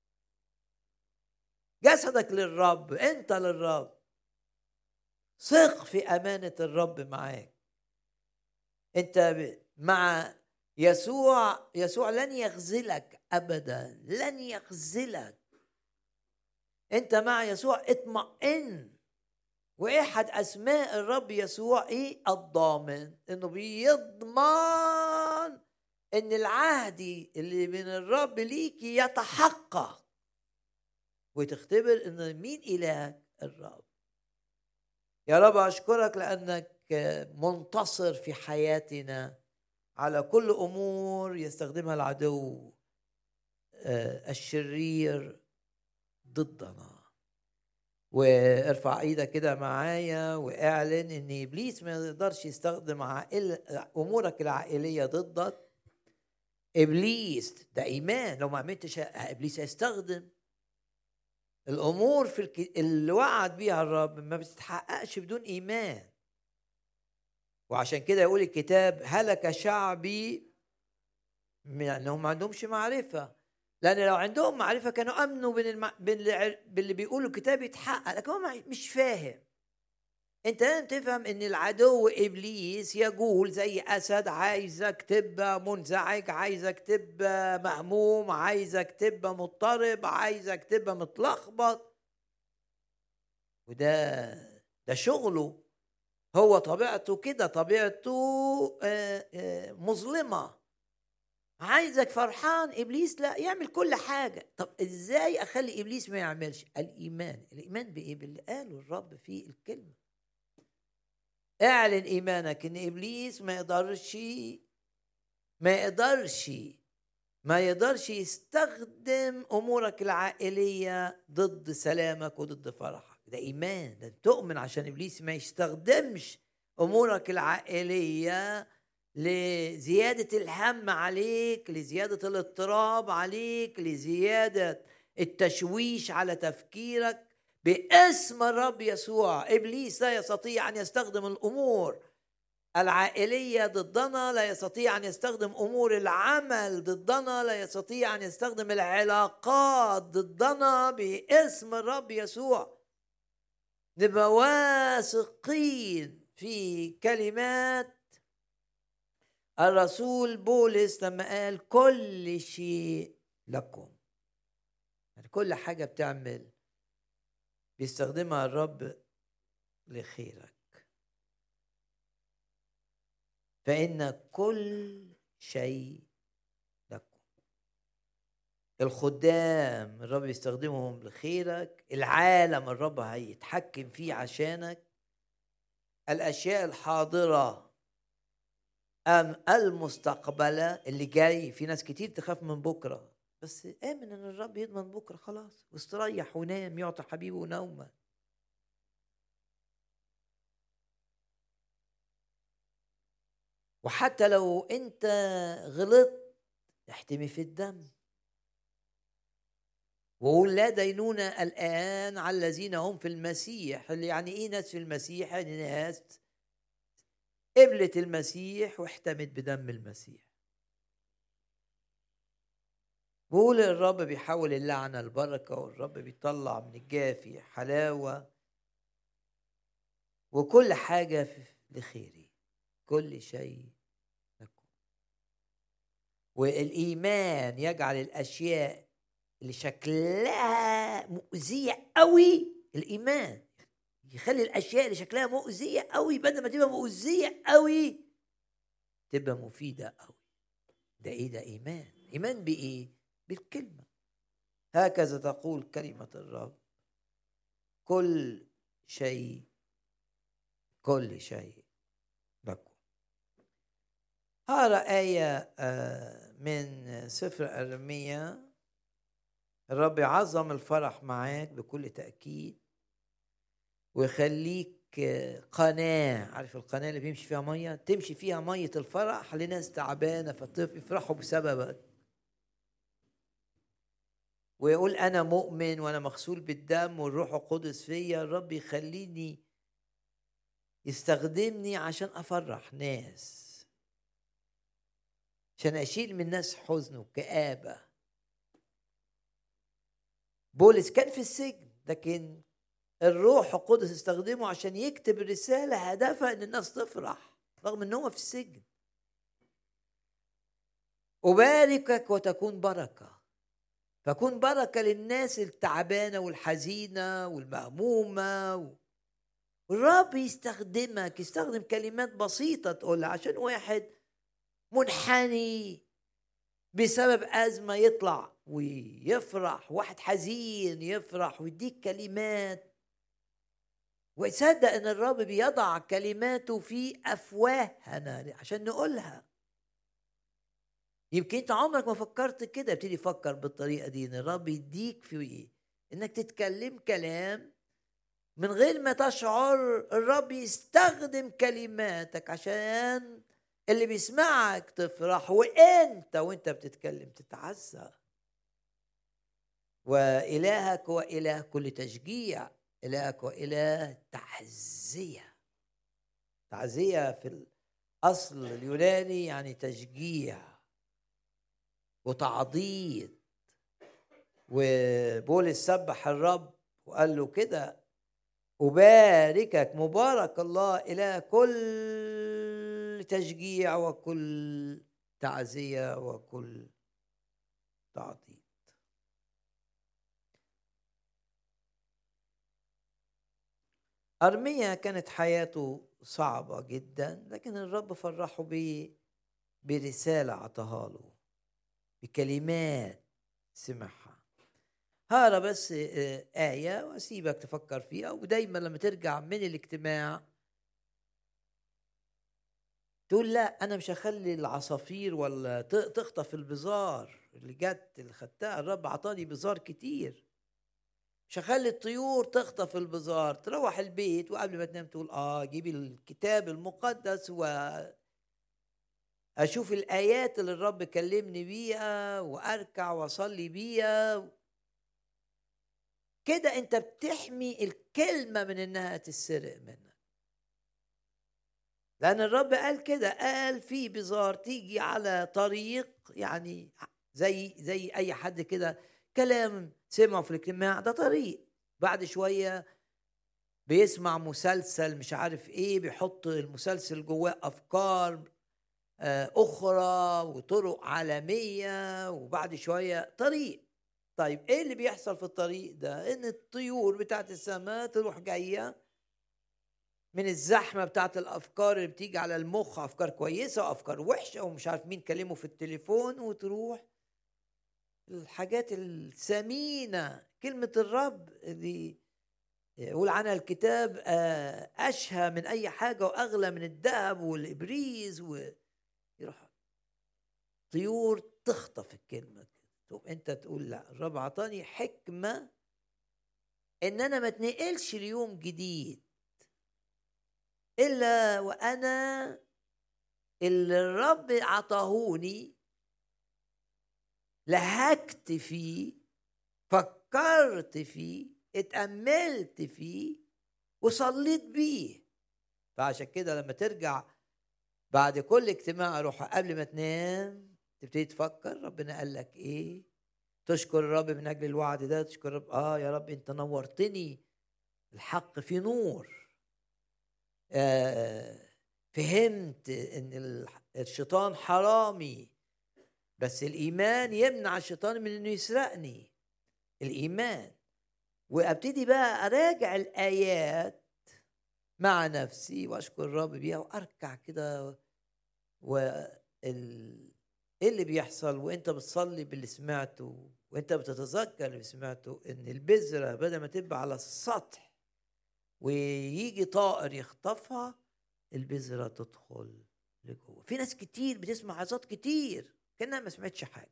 جسدك للرب، أنت للرب. ثق في أمانة الرب معاك. أنت مع يسوع. يسوع لن يخذلك أبدا، لن يخذلك. أنت مع يسوع اطمئن. وأحد أسماء الرب يسوع إيه؟ الضامن. إنه بيضمن إن العهد اللي من الرب ليك يتحقق، وتختبر إن مين إلهك؟ الرب. يا رب أشكرك لأنك منتصر في حياتنا على كل أمور يستخدمها العدو الشرير ضدنا. وارفع ايدك كده معايا واعلن ان ابليس ما يقدرش يستخدم امورك العائليه ضدك. ابليس ده ايمان. لو ما عملتش ابليس هيستخدم الامور اللي وعد بيها الرب ما بتتحققش بدون ايمان. وعشان كده يقول الكتاب هلك شعبي لانهم ما عندهمش معرفه. لان لو عندهم معرفه كانوا امنوا باللي بيقولوا الكتاب يتحقق، لكن هو مش فاهم. انت لازم تفهم ان العدو ابليس يقول زي اسد عايزك تبقى منزعج، عايزك تبقى مهموم، عايزك تبقى مضطرب، عايزك تبقى متلخبط. ده شغله. هو طبيعته كده، طبيعته مظلمة. عايزك فرحان. إبليس لا يعمل كل حاجة. طب إزاي أخلي إبليس ما يعملش؟ الإيمان بإيه؟ باللي قاله الرب في الكلمة. اعلن إيمانك إن إبليس ما يقدرش يستخدم أمورك العائلية ضد سلامك وضد فرحك. ده إيمان. ده تؤمن عشان إبليس ما يستخدمش أمورك العائلية لزيادة الهم عليك، لزيادة الاضطراب عليك، لزيادة التشويش على تفكيرك. باسم الرب يسوع إبليس لا يستطيع أن يستخدم الأمور العائلية ضدنا، لا يستطيع أن يستخدم أمور العمل ضدنا، لا يستطيع أن يستخدم العلاقات ضدنا. باسم الرب يسوع نبقى واثقين في كلمات الرسول بولس لما قال كل شيء لكم. يعني كل حاجة بيستخدمها الرب لخيرك. فإن كل شيء لكم. الخدام الرب يستخدمهم لخيرك. العالم الرب هيتحكم فيه عشانك. الأشياء الحاضرة أم المستقبلة اللي جاي. في ناس كتير تخاف من بكرة، بس آمن أن الرب يضمن بكرة خلاص، واستريح ونام. يعطي حبيبه نومه. وحتى لو انت غلطت احتمي في الدم، وقول لا دينونة الآن على الذين هم في المسيح. اللي يعني ايه ناس في المسيح؟ يعني ناس قبلت المسيح واحتمت بدم المسيح. بقول الرب بيحول اللعنة البركة، والرب بيطلع من الجافي حلاوة، وكل حاجة لخيري، كل شيء لكم. والإيمان يجعل الأشياء اللي شكلها مؤذية قوي، الإيمان يخلي الأشياء اللي شكلها مؤذية قوي بدل ما تبقى مؤذية قوي تبقى مفيدة قوي. ده إيه ده؟ إيمان. إيمان بإيه؟ بالكلمة. هكذا تقول كلمة الرب، كل شيء لكم. هقرأ آية من سفر أرميا. الرب يعظم الفرح معاك بكل تأكيد، ويخليك قناة. عارف القناة اللي بيمشي فيها مية؟ تمشي فيها مية الفرح لناس تعبانة فيفرحوا بسببك. ويقول أنا مؤمن وأنا مغسول بالدم والروح القدس فيا. الرب يخليني يستخدمني عشان أفرح ناس، عشان أشيل من الناس حزن وكآبة. بولس كان في السجن، لكن الروح القدس استخدمه عشان يكتب رسالة هدفها ان الناس تفرح رغم ان هو في السجن. أباركك وتكون بركة، فكون بركة للناس التعبانة والحزينة والمهمومة. والرب يستخدمك، يستخدم كلمات بسيطة تقولها عشان واحد منحني بسبب أزمة يطلع ويفرح، واحد حزين يفرح ويديك كلمات، ويصدق ان الرب بيضع كلماته في افواهنا عشان نقولها. يمكن انت عمرك ما فكرت كده، ابتدي فكر بالطريقه دي، ان الرب يديك في ايه، انك تتكلم كلام من غير ما تشعر. الرب يستخدم كلماتك عشان اللي بيسمعك تفرح، وانت بتتكلم تتعزى. وإلهك هو إله كل تشجيع، إلهك هو إله تعزية. تعزية في الأصل اليوناني يعني تشجيع وتعضيد. وبولس سبح الرب وقال له كده: أباركك مبارك الله إله كل تشجيع وكل تعزية وكل تعضيد. أرميا كانت حياته صعبة جدا، لكن الرب فرحه برسالة عطاها له، بكلمات سمعها. هقرا بس آية وأسيبك تفكر فيها. ودايما لما ترجع من الاجتماع تقول لا أنا مش هخلي العصافير ولا تخطف البزار اللي جت اللي خدتها. الرب عطاني بزار كتير، مش هخلي الطيور تخطف البزار. تروح البيت وقبل ما تنام تقول جيبي الكتاب المقدس وأشوف الآيات اللي الرب كلمني بيها وأركع وأصلي بيها. كده انت بتحمي الكلمة من انها تتسرق منك، لان الرب قال كده، قال في بزار تيجي على طريق، يعني زي اي حد كده كلام سمعه في الاجتماع ده طريق، بعد شوية بيسمع مسلسل مش عارف ايه، بيحط المسلسل جواه افكار اخرى وطرق عالمية، وبعد شوية طريق. طيب ايه اللي بيحصل في الطريق ده؟ ان الطيور بتاعت السماء تروح جاية من الزحمة بتاعت الافكار اللي بتيجي على المخ، افكار كويسة وافكار وحشة ومش عارف مين كلمه في التليفون، وتروح الحاجات الثمينة. كلمة الرب دي يقول عنها الكتاب اشهى من اي حاجة واغلى من الذهب والابريز. ويروح طيور تخطف الكلمة. طب انت تقول لا، الرب عطاني حكمة ان انا ما اتنقلش ليوم جديد الا وانا اللي الرب عطاهوني لهجت فيه، فكرت فيه، اتأملت فيه، وصليت بيه. فعشان كده لما ترجع بعد كل اجتماع روح قبل ما تنام تبتدي تفكر ربنا قال لك ايه، تشكر الرب من اجل الوعد ده، تشكر الرب يا رب انت نورتني، الحق في نور. فهمت ان الشيطان حرامي، بس الايمان يمنع الشيطان من انه يسرقني، الايمان. وابتدي بقى اراجع الايات مع نفسي واشكر الرب بيها واركع كده، ايه اللي بيحصل وانت بتصلي باللي سمعته وانت بتتذكر اللي سمعته، ان البذرة بدل ما تبقى على السطح ويجي طائر يخطفها، البذرة تدخل لجوه. في ناس كتير بتسمع عظات كتير كأنها ما سمعتش حاجة.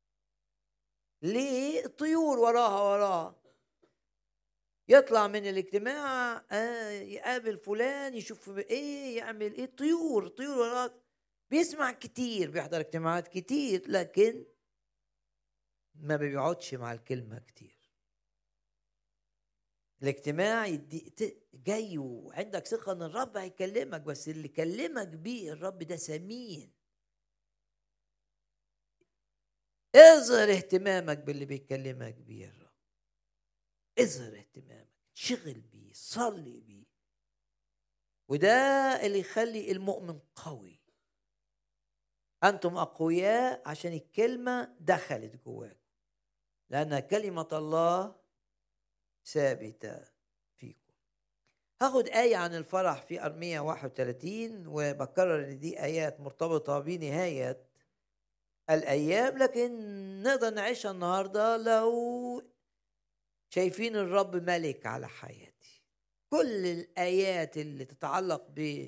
ليه؟ الطيور وراها يطلع من الاجتماع يقابل فلان، يشوف ايه، يعمل ايه، طيور وراك، بيسمع كتير، بيحضر اجتماعات كتير، لكن ما بيقعدش مع الكلمة كتير. الاجتماع جاي وعندك ثقة ان الرب هيكلمك، بس اللي كلمك بيه الرب ده ثمين. اظهر اهتمامك باللي بيكلمك بيه الرب، اظهر اهتمامك، شغل بيه، صلي بيه. وده اللي يخلي المؤمن قوي. أنتم أقوياء عشان الكلمة دخلت جواك، لأن كلمة الله ثابتة فيكم. هاخد آية عن الفرح في أرمية 31، وبكرر إن دي آيات مرتبطة بنهاية الأيام، لكن نقدر نعيشها النهاردة لو شايفين الرب ملك على حياتي. كل الآيات اللي تتعلق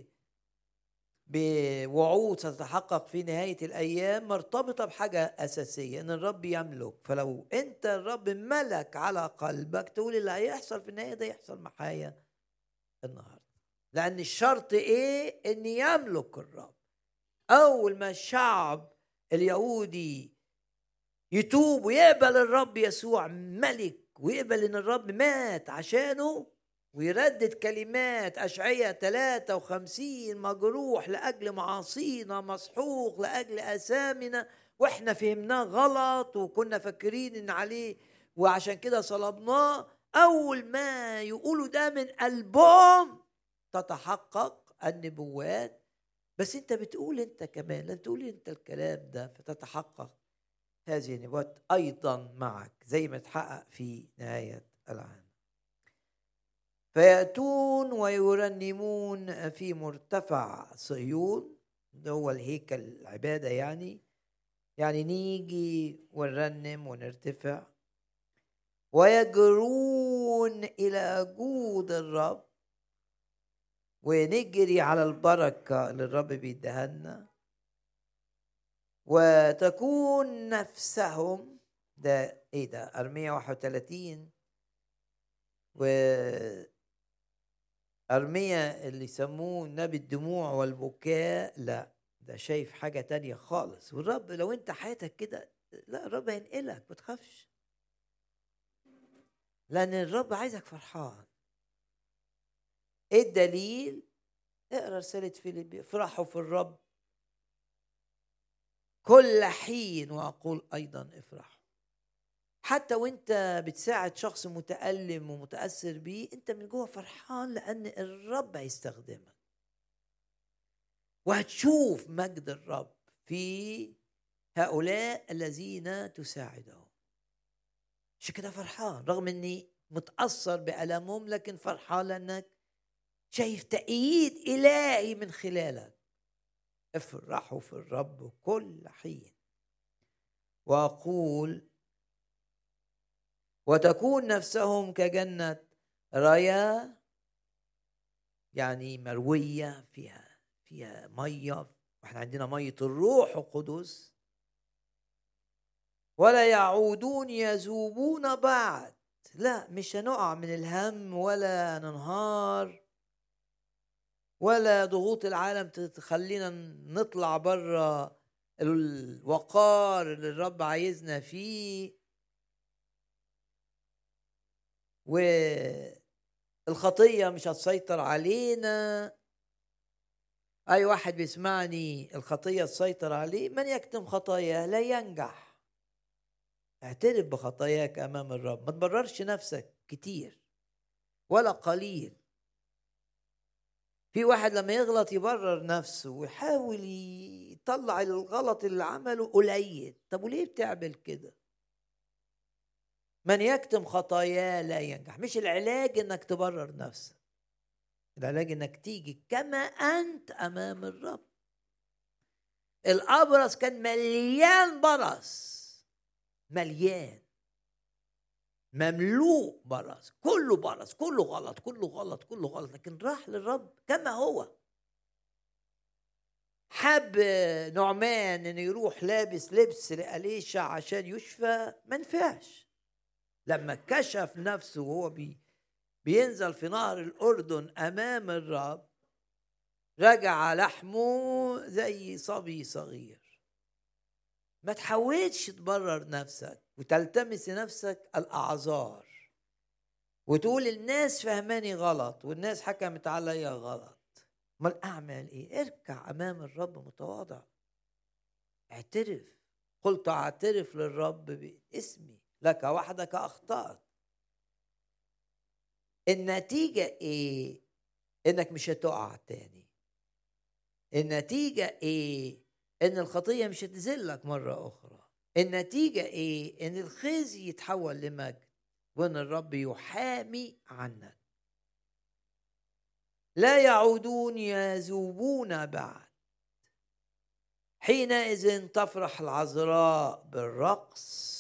بوعود ستتحقق في نهاية الأيام مرتبطة بحاجة أساسية، إن الرب يملك. فلو أنت الرب ملك على قلبك تقول اللي هيحصل في النهاية ده يحصل معايا النهاردة، لأن الشرط إيه؟ إن يملك الرب. أول ما الشعب اليهودي يتوب ويقبل الرب يسوع ملك، ويقبل إن الرب مات عشانه، ويردد كلمات أشعية 53 مجروح لأجل معاصينا، مسحوق لأجل أثامنا، وإحنا فهمناه غلط وكنا فاكرين إن عليه وعشان كده صلبناه. أول ما يقولوا ده من قلبهم تتحقق النبوات. بس أنت بتقول أنت كمان، لا تقول أنت الكلام ده، فتتحقق هذه النبوات أيضا معك زي ما تحقق في نهاية العام. فيأتون ويرنمون في مرتفع صهيون، ده هو الهيكل العبادة، يعني نيجي ونرنم ونرتفع، ويجرون إلى جود الرب، ونجري على البركة اللي الرب بيدهنا، وتكون نفسهم. ده ايه ده؟ أرمية 31. وأرمية اللي يسموه نبي الدموع والبكاء، لا ده شايف حاجة تانية خالص. والرب لو انت حياتك كده، لا الرب هينقلك، ما تخافش، لأن الرب عايزك فرحان. ايه الدليل؟ اقرا رسالة فيليبي، افرحوا في الرب كل حين وأقول أيضا افرحوا. حتى وانت بتساعد شخص متألم ومتأثر بيه، انت من جوه فرحان، لأن الرب هيستخدمك، وهتشوف مجد الرب في هؤلاء الذين تساعدهم. عشان كده فرحان رغم اني متأثر بألمهم، لكن فرحان لأنك شايف تأييد إلهي من خلالك. افرحوا في الرب كل حين وأقول وتكون نفسهم كجنة ريا، يعني مروية فيها مية، واحنا عندنا مية الروح القدس، ولا يعودون يذوبون بعد. لا، مش هنقع من الهم ولا ننهار، ولا ضغوط العالم تخلينا نطلع بره الوقار اللي الرب عايزنا فيه. والخطية مش هتسيطر علينا. أي واحد بيسمعني الخطية تسيطر عليه، من يكتم خطاياه لا ينجح. اعترف بخطاياك أمام الرب، ما تبررش نفسك كتير ولا قليل. في واحد لما يغلط يبرر نفسه ويحاول يطلع الغلط اللي عمله قليل. طب وليه بتعمل كده؟ من يكتم خطاياه لا ينجح. مش العلاج انك تبرر نفسك، العلاج انك تيجي كما انت امام الرب. الابرص كان مليان برص، مليان، مملوء برص، كله برص، كله غلط، كله غلط، كله غلط، لكن راح للرب كما هو. حب نعمان انه يروح لابس لبس لأليشع عشان يشفى، ما نفعش. لما كشف نفسه وهو بينزل في نهر الأردن أمام الرب، رجع لحمه زي صبي صغير. ما تحاولش تبرر نفسك وتلتمس نفسك الأعذار وتقول الناس فهماني غلط والناس حكمت عليا غلط. امال اعمل ايه؟ اركع امام الرب متواضع، اعترف. قلت اعترف للرب باسمي لك وحدك اخطأت. النتيجة ايه؟ انك مش هتقع تاني. النتيجة ايه؟ ان الخطية مش هتذلك مرة اخرى. النتيجة ايه؟ ان الخزي يتحول لمجد وان الرب يحامي عنك. لا يعودون يذوبون بعد. حينئذ تفرح العذراء بالرقص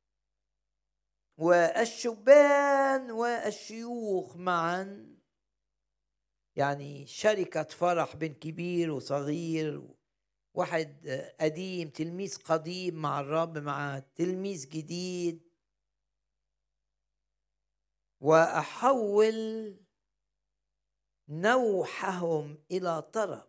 والشبان والشيوخ معا. يعني شركة فرح بين كبير وصغير، واحد قديم، تلميذ قديم مع الرب مع تلميذ جديد. وأحول نوحهم إلى طرب.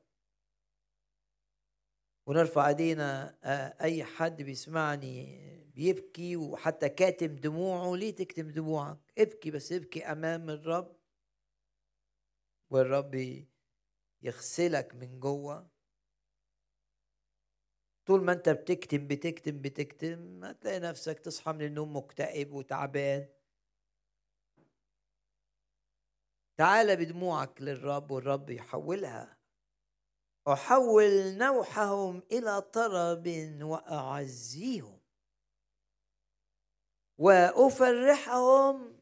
ونرفع ايدينا. اي حد بيسمعني بيبكي وحتى كاتم دموعه، ليه تكتم دموعك؟ ابكي، بس ابكي امام الرب والرب يغسلك من جوه. طول ما انت بتكتم بتكتم بتكتم هتلاقي نفسك تصحى من النوم مكتئب وتعبان. تعال بدموعك للرب والرب يحولها. أحول نوحهم إلى طرب وأعزيهم وأفرحهم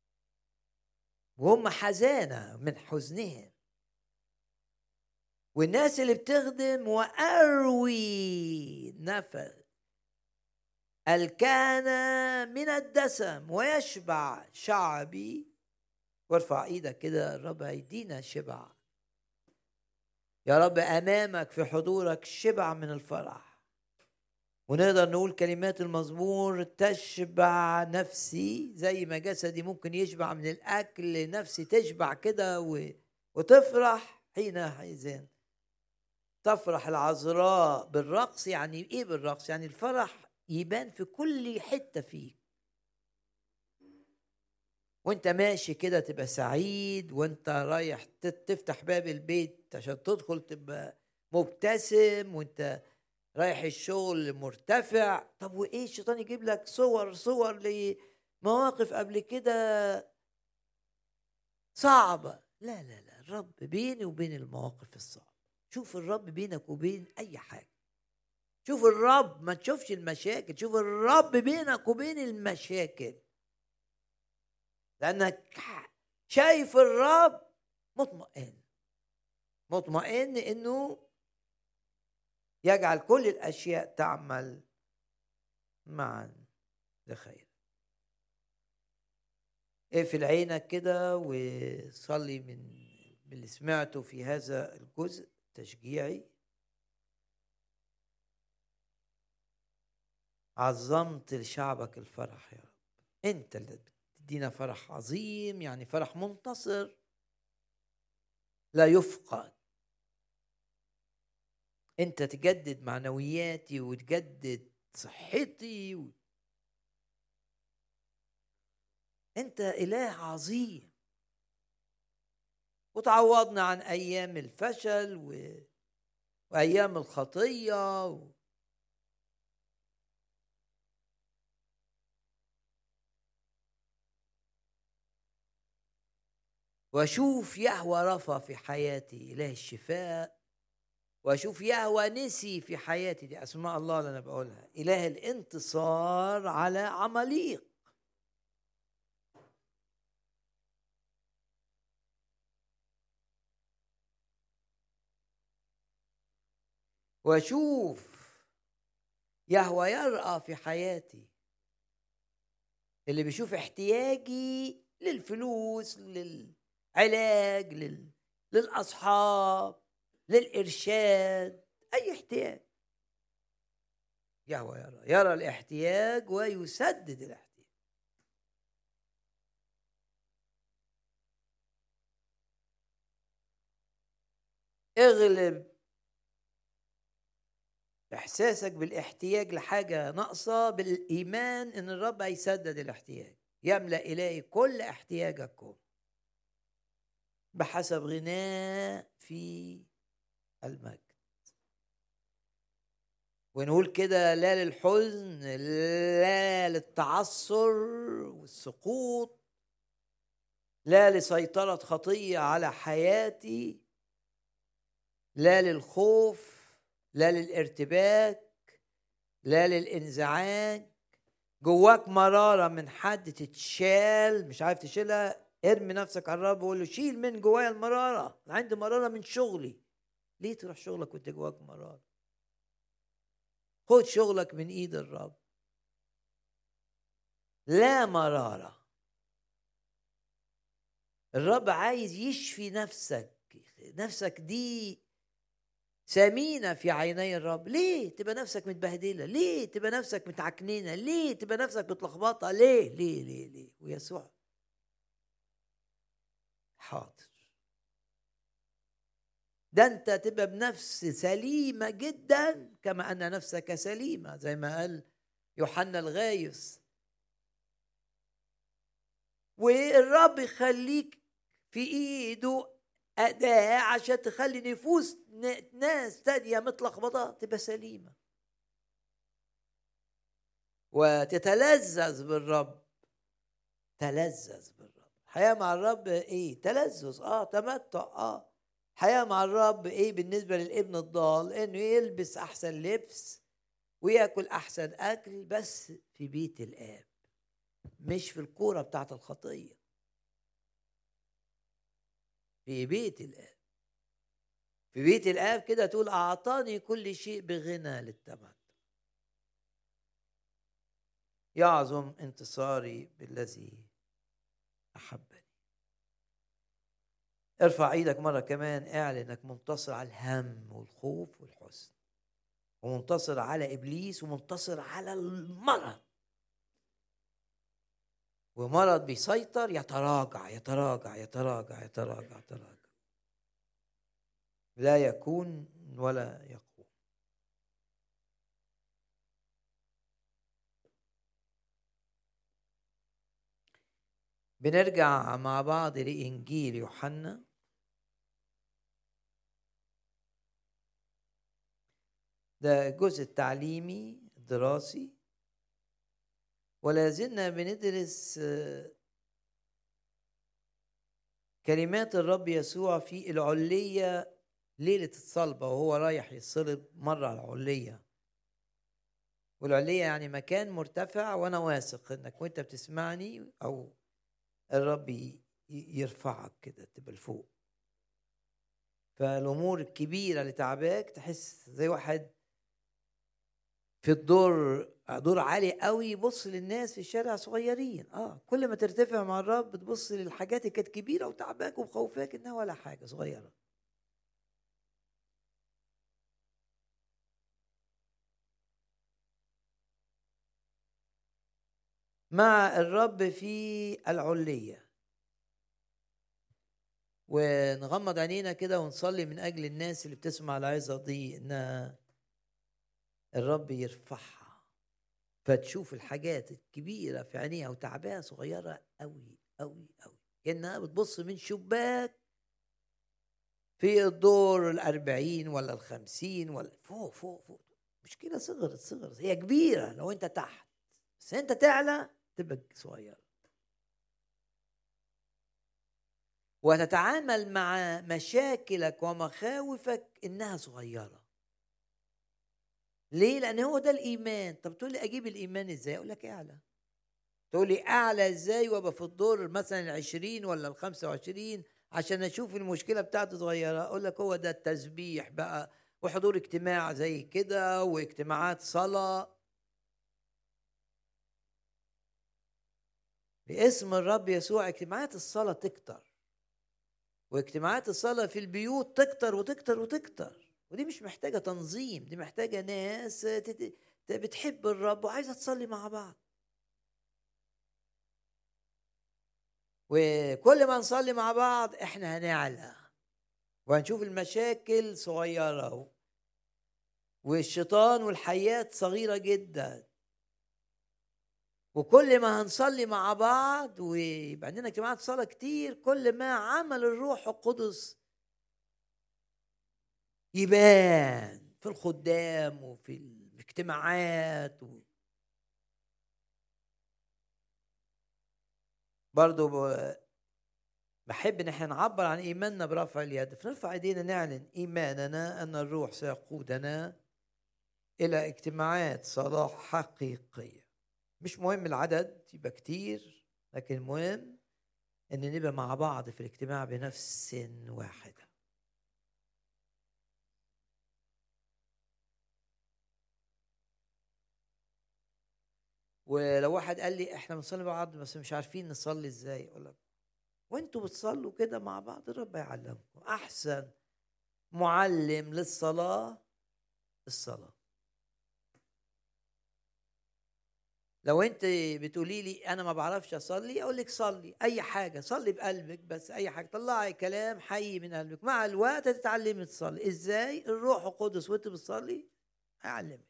وهم حزانة من حزنهم. والناس اللي بتخدم وأروي نفس الكان من الدسم ويشبع شعبي. وارفع ايدك كده، الرب هيدينا شبع. يا رب أمامك في حضورك شبع من الفرح. ونقدر نقول كلمات المزمور: تشبع نفسي زي ما جسدي ممكن يشبع من الأكل، نفسي تشبع كده وتفرح. حينئذ تفرح العذراء بالرقص. يعني ايه بالرقص؟ يعني الفرح يبان في كل حتة فيك. وانت ماشي كده تبقى سعيد، وانت رايح تفتح باب البيت عشان تدخل تبقى مبتسم، وانت رايح الشغل مرتفع. طب وايه؟ الشيطان يجيب لك صور لمواقف قبل كده صعبة. لا لا لا، الرب بيني وبين المواقف الصعبة. شوف الرب بينك وبين اي حاجة. شوف الرب، ما تشوفش المشاكل، شوف الرب بينك وبين المشاكل. لأنك شايف الرب مطمئن، مطمئن إنه يجعل كل الأشياء تعمل معا لخير. اقفل عينك كده وصلي من اللي سمعته في هذا الجزء تشجيعي. عظمت لشعبك الفرح يا رب. انت اللي بتدينا فرح عظيم، يعني فرح منتصر. لا يفقد. انت تجدد معنوياتي وتجدد صحتي انت اله عظيم، وتعوضنا عن ايام الفشل وايام الخطيه واشوف يهوى رفا في حياتي اله الشفاء، واشوف يهوى نسي في حياتي، دي اسماء الله اللي انا بقولها، اله الانتصار على عماليق. واشوف يهوى يرأى في حياتي، اللي بيشوف احتياجي للفلوس، للعلاج، للأصحاب، للإرشاد، أي احتياج. يهوى يرى الاحتياج ويسدد الاحتياج. اغلب احساسك بالاحتياج لحاجه ناقصه بالايمان ان الرب هيسدد الاحتياج. يملا الهي كل احتياجكم بحسب غناه في المجد. ونقول كده: لا للحزن، لا للتعثر والسقوط، لا لسيطره خطيه على حياتي، لا للخوف، لا للارتباك، لا للانزعاج. جواك مرارة من حد تتشال، مش عارف تشيلها، ارمي نفسك على الرب وقول له: شيل من جوايا المرارة. أنا عندي مرارة من شغلي. ليه تروح شغلك وانت جواك مرارة؟ خد شغلك من ايد الرب. لا مرارة. الرب عايز يشفي نفسك. نفسك دي ثمينة في عيني الرب. ليه تبقى نفسك متبهدلة؟ ليه تبقى نفسك متعكنينة؟ ليه تبقى نفسك متلخبطة؟ ليه ليه ليه ليه؟ ويسوع حاضر. ده انت تبقى بنفس سليمة جدا كما ان نفسك سليمة، زي ما قال يوحنا الغايس. والرب يخليك في ايده أداة عشان تخلي نفوس ناس تانية متلخبطة تبقى سليمة وتتلذذ بالرب. تلذذ بالرب. الحياة مع الرب ايه؟ تلذذ، تمتع. حياة مع الرب ايه بالنسبة للابن الضال؟ انه يلبس احسن لبس ويأكل احسن اكل، بس في بيت الاب، مش في الكورة بتاعت الخطية. في بيت الاب. في بيت الاب كده تقول: اعطاني كل شيء بغنى للتمتع. يعظم انتصاري بالذي احبني. ارفع ايدك مرة كمان، اعلن انك منتصر على الهم والخوف والحزن، ومنتصر على ابليس، ومنتصر على المرض. ومرض بيسيطر يتراجع يتراجع يتراجع يتراجع يتراجع، لا يكون ولا يقوم. بنرجع مع بعض لإنجيل يوحنا. ده الجزء التعليمي الدراسي، ولا زلنا بندرس كلمات الرب يسوع في العلية ليلة الصلبة، وهو رايح يصلب مرة على العلية. والعلية يعني مكان مرتفع، وأنا واثق إنك وأنت بتسمعني أو الرب يرفعك كده تبقى لفوق. فالأمور الكبيرة اللي تعباك تحس زي واحد في دور عالي قوي يبص للناس في الشارع صغيرين. كل ما ترتفع مع الرب بتبص للحاجات اللي كانت كبيرة وتعباك ومخوفاك إنها ولا حاجة، صغيرة. مع الرب في العلية، ونغمض عينينا كده ونصلي من أجل الناس اللي بتسمع العظة دي، إن الرب يرفعها فتشوف الحاجات الكبيرة في عينيها وتعبها صغيرة أوي أوي أوي، كأنها بتبص من شباك في الدور 40 ولا 50 ولا فوق فوق فوق. مشكلة صغرت هي كبيرة لو أنت تحت، بس أنت تعلى تبقى صغيرة. وتتعامل مع مشاكلك ومخاوفك إنها صغيرة. ليه؟ لأن هو ده الإيمان. طب تقول لي أجيب الإيمان إزاي؟ أقول لك أعلى. تقول لي أعلى إزاي وأبقى في الدور مثلا 20 ولا 25 عشان أشوف المشكلة بتاعته صغيرة؟ أقول لك هو ده التسبيح بقى، وحضور اجتماع زي كده، واجتماعات صلاة باسم الرب يسوع. اجتماعات الصلاة تكتر، واجتماعات الصلاة في البيوت تكتر وتكتر وتكتر. ودي مش محتاجة تنظيم، دي محتاجة ناس بتحب الرب وعايزة تصلي مع بعض. وكل ما نصلي مع بعض احنا هنعلى وهنشوف المشاكل صغيرة والشيطان والحياة صغيرة جدا. وكل ما هنصلي مع بعض ويبقى عندنا اجتماعات صلاة كتير، كل ما عمل الروح القدس يبان في الخدام وفي الاجتماعات. برضو بحب ان احنا نعبر عن ايماننا برفع اليد. فنرفع ايدينا نعلن ايماننا ان الروح سيقودنا الى اجتماعات صلاة حقيقية. مش مهم العدد يبقى كتير، لكن المهم ان نبقى مع بعض في الاجتماع بنفس واحدة. ولو واحد قال لي احنا بنصلي مع بعض بس مش عارفين نصلي ازاي، اقول لك وانتوا بتصلوا كده مع بعض الرب يعلمكم. احسن معلم للصلاة الصلاة. لو انت بتقولي لي انا ما بعرفش اصلي، اقول لك صلي اي حاجه، صلي بقلبك بس، اي حاجه طلعي كلام حي من قلبك. مع الوقت هتتعلمي تصلي ازاي. الروح القدس وانت بتصلي هيعلمك.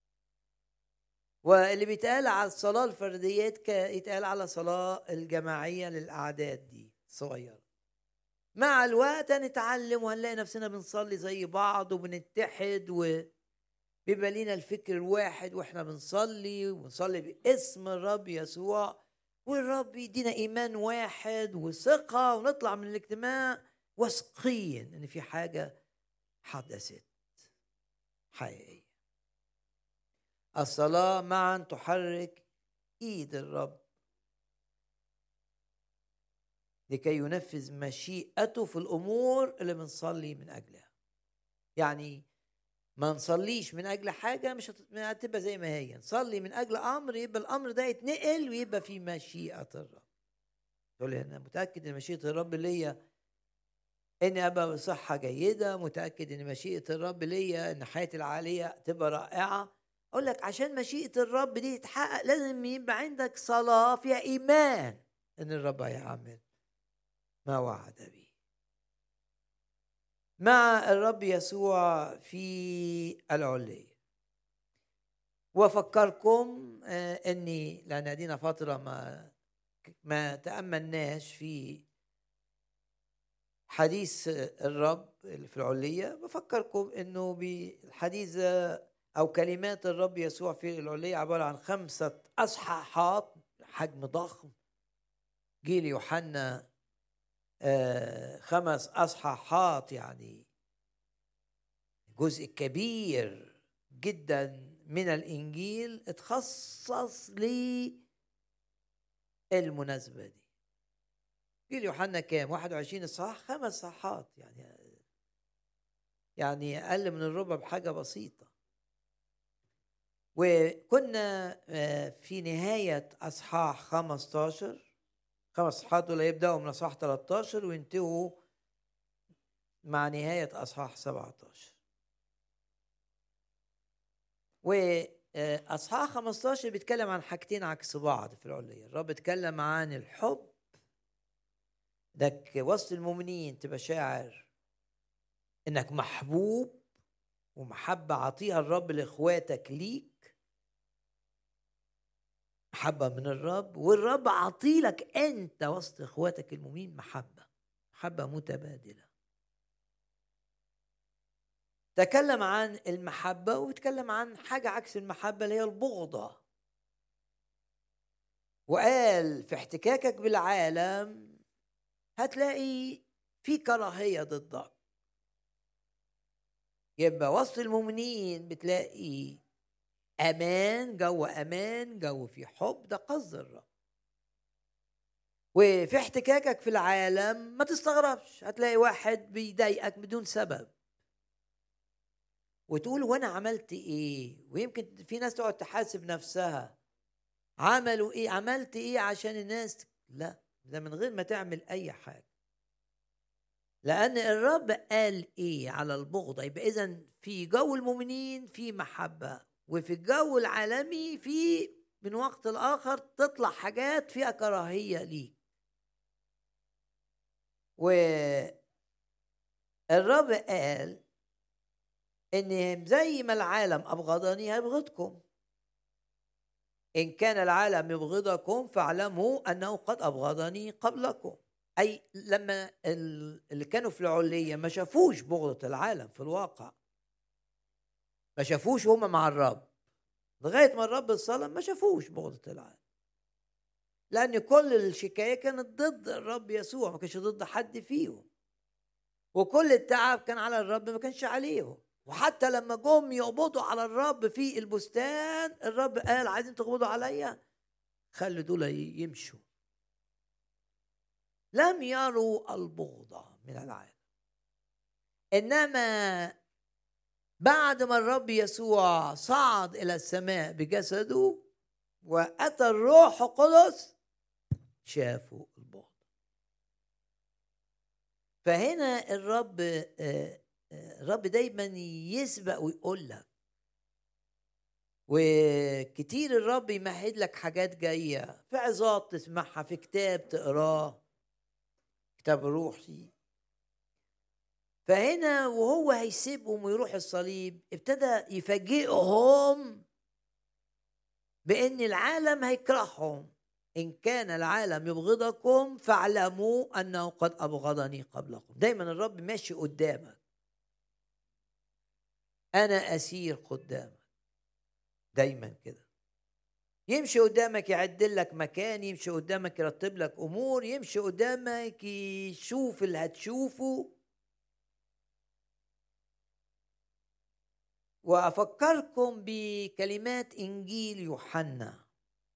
واللي بيتقال على الصلاه الفرديات يتقال على الصلاه الجماعيه للاعداد دي صغيره. مع الوقت هنتعلم وهنلاقي نفسنا بنصلي زي بعض وبنتحد، بيبقى لينا الفكر الواحد واحنا بنصلي، ونصلي باسم الرب يسوع، والرب يدينا ايمان واحد وثقة، ونطلع من الاجتماع واثقين ان في حاجة حدثت حقيقية. الصلاة معا تحرك ايد الرب لكي ينفذ مشيئته في الامور اللي بنصلي من اجلها. يعني ما نصليش من اجل حاجه مش هتبقى زي ما هي. نصلي من اجل امر، يبقى الامر ده يتنقل ويبقى في مشيئه الرب. تقول لي انا متاكد ان مشيئه الرب ليا اني ابقى بصحه جيده، متاكد ان مشيئه الرب ليا ان حياتي العاليه تبقى رائعه. اقول لك عشان مشيئه الرب دي تتحقق لازم يبقى عندك صلاه فيها ايمان ان الرب هيعمل ما وعد به. مع الرب يسوع في العليه. وافكركم اني لان ادينا فتره ما تاملناش في حديث الرب اللي في العليه. بفكركم انه بالحديث او كلمات الرب يسوع في العليه عباره عن 5 اصحاحات، حجم ضخم. جيل يوحنا 5 اصحاحات، يعني جزء كبير جدا من الانجيل اتخصص للمناسبه دي. جيل يوحنا كام؟ 21 اصحاح، 5 صحات، يعني اقل من الربع بحاجه بسيطه. وكنا في نهايه اصحاح 15. 5 اصحاحات دول يبداوا من اصحاح 13 وينتهوا مع نهايه اصحاح 17. واصحاح 15 بيتكلم عن حاجتين عكس بعض في العليه. الرب اتكلم عن الحب انك وسط المؤمنين تبقى شاعر انك محبوب، ومحبة عطيها الرب لاخواتك ليك، محبة من الرب، والرب عطيلك انت وسط اخواتك المؤمنين محبة متبادلة. تكلم عن المحبة وتكلم عن حاجة عكس المحبة اللي هي البغضة، وقال في احتكاكك بالعالم هتلاقي في كراهية ضدك. يبقى وسط المؤمنين بتلاقي امان، جو في حب، ده قصد الرب. وفي احتكاكك في العالم ما تستغربش، هتلاقي واحد بيضايقك بدون سبب وتقول وانا عملت ايه، ويمكن في ناس تقعد تحاسب نفسها عملوا ايه، عملت ايه عشان الناس. لا، ده من غير ما تعمل اي حاجة، لأن الرب قال إيه على البغضة. يبقى إذن في جو المؤمنين في محبة، وفي الجو العالمي في من وقت لآخر تطلع حاجات فيها كراهية ليك. والرب قال إن زي ما العالم أبغضني هيبغضكم، إن كان العالم يبغضكم فاعلموا أنه قد أبغضني قبلكم. أي لما اللي كانوا في العلية ما شافوش بغضة العالم في الواقع، ما شافوش هم مع الرب لغاية ما الرب الصلب، ما شافوش بغضة العالم، لأن كل الشكاية كانت ضد الرب يسوع، ما كانش ضد حد فيهم، وكل التعب كان على الرب ما كانش عليهم. وحتى لما جم يقبضوا على الرب في البستان، الرب قال عايزين تقبضوا عليا، خلي دول يمشوا. لم يروا البغضة من العالم، إنما بعد ما الرب يسوع صعد إلى السماء بجسده وأتى الروح القدس شافوا البغض. فهنا الرب دايما يسبق ويقول لك، وكتير الرب يمهد لك حاجات جاية في عظات تسمعها، في كتاب تقراه، كتاب روحي. فهنا وهو هيسيبهم ويروح الصليب ابتدى يفاجئهم بأن العالم هيكرههم. إن كان العالم يبغضكم فاعلموا أنه قد أبغضني قبلكم. دايما الرب ماشي قدامك، أنا أسير قدامك دايما كده، يمشي قدامك يعدل لك مكان، يمشي قدامك يرتب لك أمور، يمشي قدامك يشوف اللي هتشوفه. وأفكركم بكلمات إنجيل يوحنا،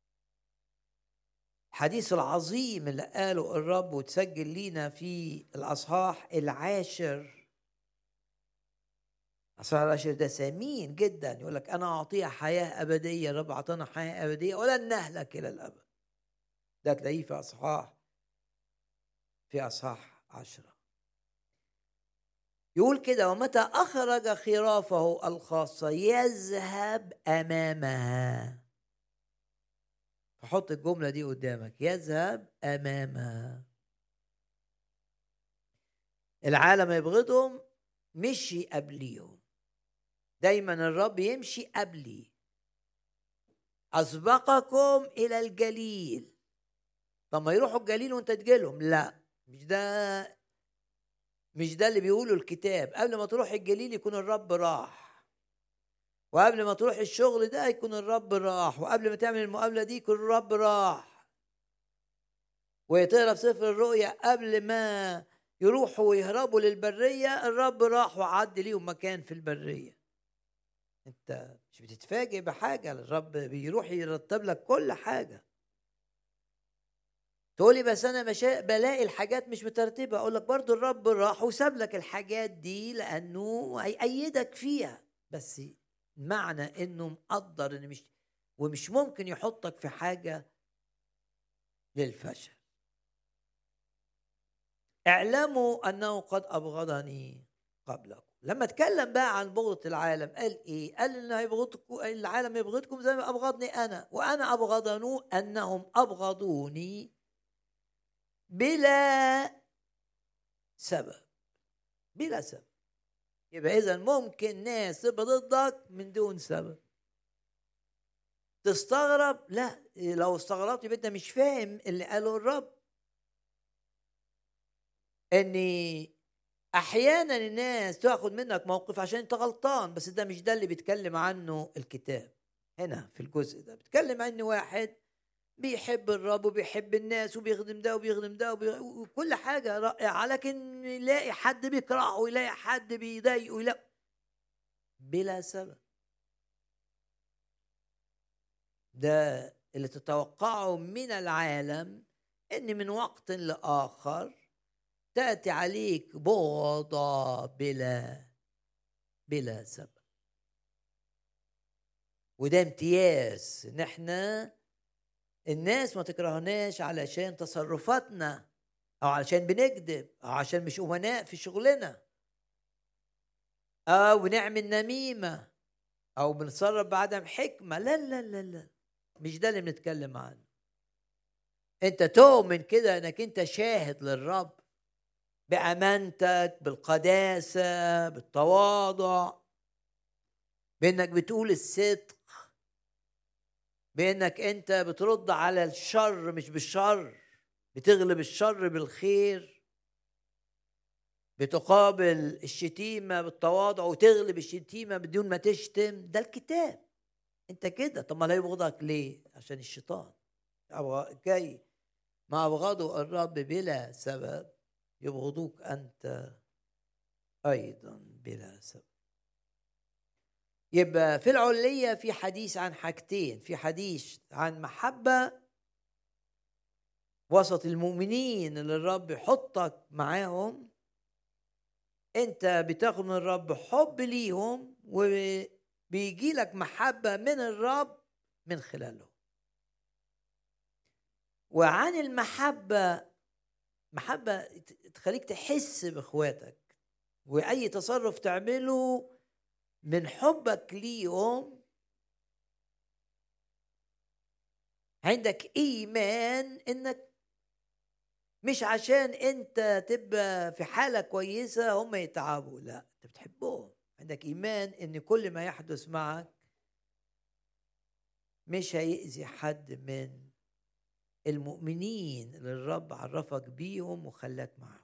الحديث العظيم اللي قاله الرب وتسجل لينا في الأصحاح 10. الأصحاح 10 ده ثمين جدا، يقول لك أنا أعطيها حياة أبدية، الرب أعطانا حياة أبدية ولن نهلك إلى الأبد. ده تلاقيه في أصحاح 10. يقول كده ومتى أخرج خرافه الخاصة يذهب أمامها. فحط الجملة دي قدامك، يذهب أمامها. العالم يبغضهم، مشي قبليهم. دايما الرب يمشي قبلي. أسبقكم إلى الجليل. طب ما يروحوا الجليل وانت تجيلهم؟ لا، مش ده اللي بيقوله الكتاب. قبل ما تروح الجليل يكون الرب راح، وقبل ما تروح الشغل ده يكون الرب راح، وقبل ما تعمل المقابلة دي يكون الرب راح. وتقرا في سفر الرؤيا قبل ما يروحوا ويهربوا للبرية الرب راح وعد ليهم مكان في البرية. انت مش بتتفاجئ بحاجة، الرب بيروح يرتب لك كل حاجة. تقولي بس انا بلاقي الحاجات مش مترتبة. اقول لك برضو الرب راح وساب لك الحاجات دي لانه هيأيدك فيها، بس معنى انه مقدر ان ومش ممكن يحطك في حاجة للفشل. اعلموا انه قد ابغضني قبلكم. لما اتكلم بقى عن بغضة العالم قال ايه؟ قال ان هيبغضكم، العالم يبغضكم زي ما ابغضني انا، وانا ابغضنوا انهم ابغضوني بلا سبب، بلا سبب. يبقى إذا ممكن ناس تبقى ضدك من دون سبب. تستغرب؟ لا، لو استغربت يبقى انت مش فاهم اللي قاله الرب، ان احيانا الناس تاخد منك موقف عشان انت غلطان، بس ده مش ده اللي بيتكلم عنه الكتاب. هنا في الجزء ده بيتكلم عن واحد بيحب الرب وبيحب الناس وبيخدم ده وبيخدم ده وكل حاجة رائعة، لكن يلاقي حد بيكرهه ويلاقي حد بيضايقه ويلاقي بلا سبب. ده اللي تتوقعه من العالم، ان من وقت لآخر تأتي عليك بغضة بلا سبب. وده امتياز ان احنا الناس ما تكرهناش علشان تصرفاتنا، او علشان بنكذب، او عشان مش امناء في شغلنا، او بنعمل نميمة، او بنتصرف بعدم حكمة. لا لا لا لا، مش ده اللي بنتكلم عنه. انت تؤمن كده انك انت شاهد للرب بأمانتك، بالقداسة، بالتواضع، بانك بتقول الصدق، بانك انت بترد على الشر مش بالشر، بتغلب الشر بالخير، بتقابل الشتيمة بالتواضع وتغلب الشتيمة بدون ما تشتم. ده الكتاب. انت كده، طب ما لا يبغضك ليه؟ عشان الشيطان جاي ما أبغضوا الرب بلا سبب، يبغضوك أنت أيضا بلا سبب. يبقى في العلية في حديث عن حاجتين، في حديث عن محبة وسط المؤمنين اللي الرب يحطك معاهم، انت بتاخد من الرب حب ليهم وبيجي لك محبة من الرب من خلالهم. وعن المحبة، محبة تخليك تحس بإخواتك، وأي تصرف تعمله من حبك ليهم عندك إيمان إنك مش عشان أنت تبقى في حالة كويسة هم يتعبوا، لا، أنت بتحبهم. عندك إيمان إن كل ما يحدث معك مش هيأذي حد من المؤمنين اللي الرب عرفك بيهم وخلاك معهم.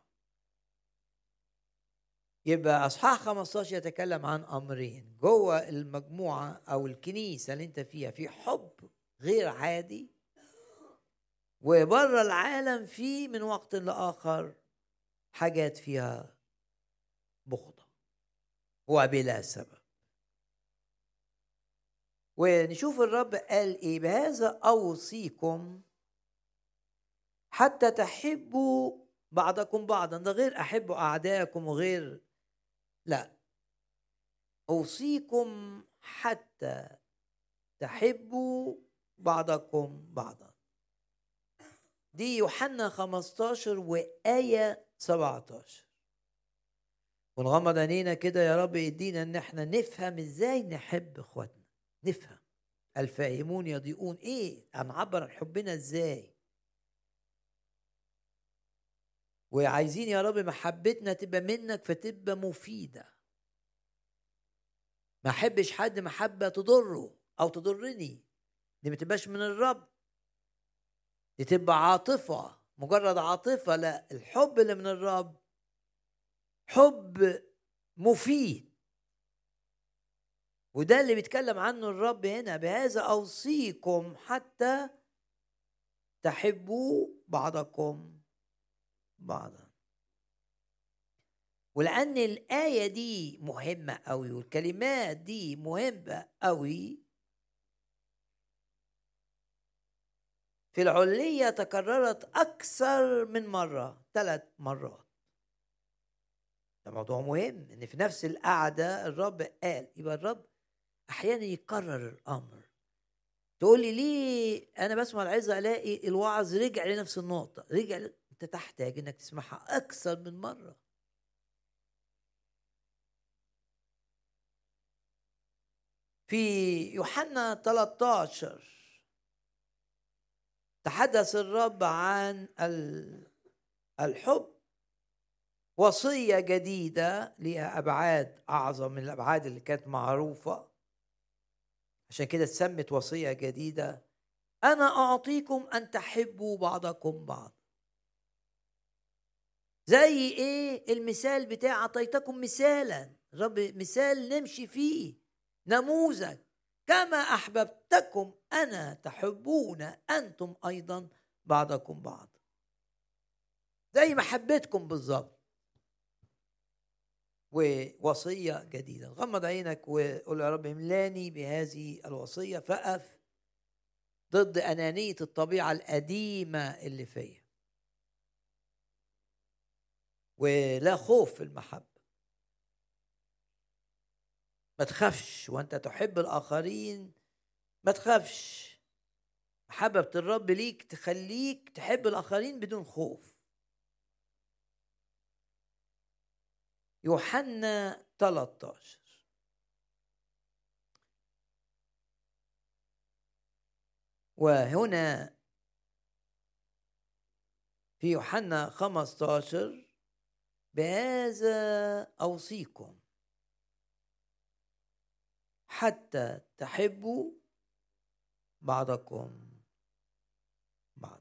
يبقى أصحاح 15 يتكلم عن أمرين جوه المجموعة أو الكنيسة اللي أنت فيها، في حب غير عادي، وبره العالم في من وقت لآخر حاجات فيها بغضة وبلا سبب. ونشوف الرب قال إيه: بهذا أوصيكم حتى تحبوا بعضكم بعضا. ده غير أحبوا أعداءكم وغير، لا، أوصيكم حتى تحبوا بعضكم بعضا. دي يوحنا 15 وآية 17. ونغمض عينينا كده، يا رب يدينا ان احنا نفهم ازاي نحب اخواتنا. نفهم، الفاهمون يضيئون. ايه هنعبر عن حبنا ازاي؟ وعايزين يا رب محبتنا تبقى منك فتبقى مفيدة. ما احبش حد محبة تضره او تضرني، دي ما تبقاش من الرب. دي تبقى عاطفة، مجرد عاطفة. لا، الحب اللي من الرب حب مفيد. وده اللي بيتكلم عنه الرب هنا: بهذا أوصيكم حتى تحبوا بعضكم بعضا. ولأن الآية دي مهمة قوي والكلمات دي مهمة قوي، في العلية تكررت أكثر من مرة، 3 مرات. ده موضوع مهم، إن في نفس القعدة الرب قال. يبقى الرب أحيانا يكرر الأمر. تقول لي ليه أنا بسمع العظة ألاقي الوعظ رجع لنفس النقطة؟ أنت تحتاج إنك تسمعها أكثر من مرة. في يوحنا 13 تحدث الرب عن الحب، وصية جديدة لها أبعاد أعظم من الأبعاد اللي كانت معروفة، عشان كده اتسمت وصية جديدة. أنا أعطيكم أن تحبوا بعضكم بعض. زي إيه المثال بتاع أعطيتكم مثالا، رب مثال نمشي فيه، نموذج. كما أحببتكم أنا تحبون أنتم أيضا بعضكم بعض، زي محبتكم بالظبط. ووصية جديدة. غمض عينك وقول يا رب املاني بهذه الوصية، فأقف ضد أنانية الطبيعة القديمة اللي فيا، ولا خوف في المحبة. ما تخافش وانت تحب الآخرين، ما تخافش. محبة الرب ليك تخليك تحب الآخرين بدون خوف. يوحنا 13 وهنا في يوحنا 15: بهذا أوصيكم حتى تحبوا بعضكم بعضا.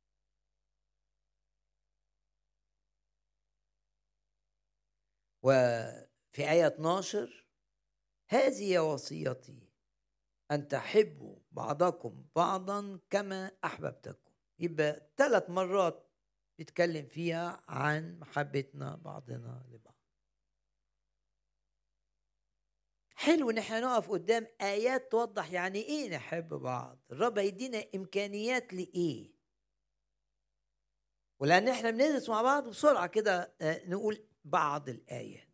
وفي آية 12: هذه وصيتي أن تحبوا بعضكم بعضا كما أحببتكم. يبقى 3 مرات بيتكلم فيها عن محبتنا بعضنا لبعض. حلو ان احنا نقف قدام آيات توضح يعني ايه نحب بعض. الرب يدينا إمكانيات لإيه، ولأن احنا بندرس مع بعض بسرعة كده نقول بعض الآيات.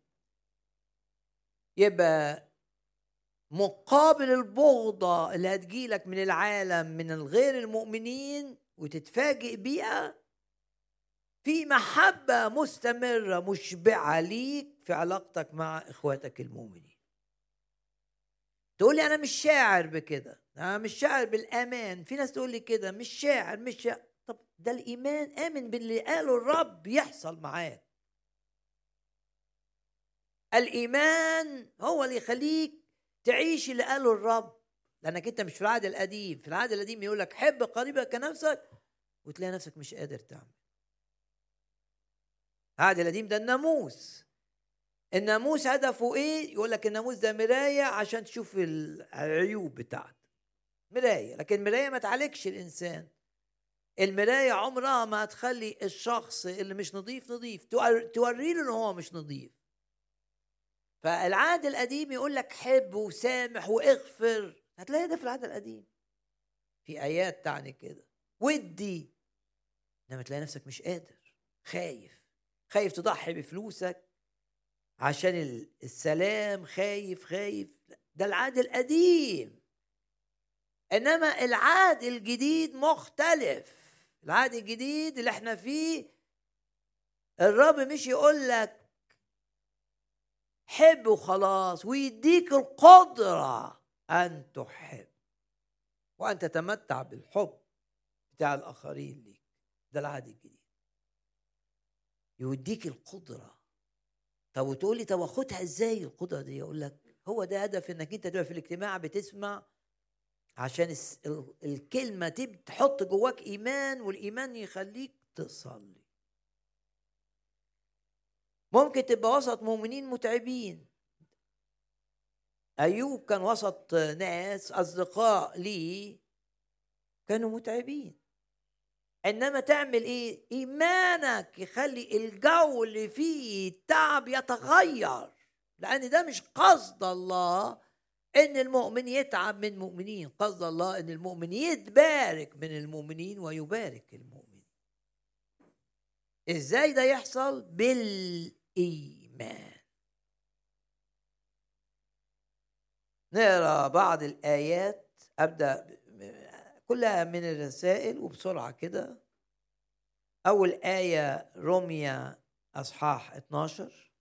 يبقى مقابل البغضة اللي هتجيلك من العالم من الغير المؤمنين وتتفاجئ بيها، في محبة مستمرة مشبعة ليك في علاقتك مع إخواتك المؤمنين. تقول لي أنا مش شاعر بكده، أنا مش شاعر بالأمان. في ناس تقول لي كده، مش شاعر مش شاعر. طب ده الإيمان، آمن باللي قاله الرب يحصل معاك. الإيمان هو اللي يخليك تعيش اللي قاله الرب، لأنك أنت مش في العهد القديم. في العهد القديم يقول لك حب قريبك كنفسك، وتلاقي نفسك مش قادر تعمل. العهد القديم ده الناموس. الناموس هدفه ايه؟ يقول لك الناموس ده مرايه عشان تشوف العيوب بتاعته، مرايه. لكن المرايه ما تعالجش الانسان. المرايه عمرها ما هتخلي الشخص اللي مش نظيف نظيف، توري له ان هو مش نظيف. فالعهد القديم يقول لك حب وسامح واغفر، هتلاقي ده في العهد القديم في ايات تعني كده. ودي لما تلاقي نفسك مش قادر، خايف تضحي بفلوسك عشان السلام، خايف. ده العهد القديم. انما العهد الجديد مختلف. العهد الجديد اللي احنا فيه، الرب مش يقول لك حب وخلاص، ويديك القدرة ان تحب وان تتمتع بالحب بتاع الاخرين ليك. ده العهد الجديد، يوديك القدرة. طب وتقول لي طب اخدها ازاي القدرة دي؟ اقول لك هو ده هدف انك انت تبقى في الاجتماع بتسمع، عشان الكلمة تحط جواك إيمان، والإيمان يخليك تصلي. ممكن تبقى وسط مؤمنين متعبين. أيوب كان وسط ناس أصدقاء ليه كانوا متعبين. إنما تعمل إيه؟ إيمانك يخلي الجو اللي فيه تعب يتغير، لأن ده مش قصد الله إن المؤمن يتعب من مؤمنين. قصد الله إن المؤمن يتبارك من المؤمنين ويبارك المؤمن. ازاي ده يحصل؟ بالايمان. نقرا بعض الايات، ابدا كلها من الرسائل وبسرعه كده. اول ايه روميا اصحاح 12.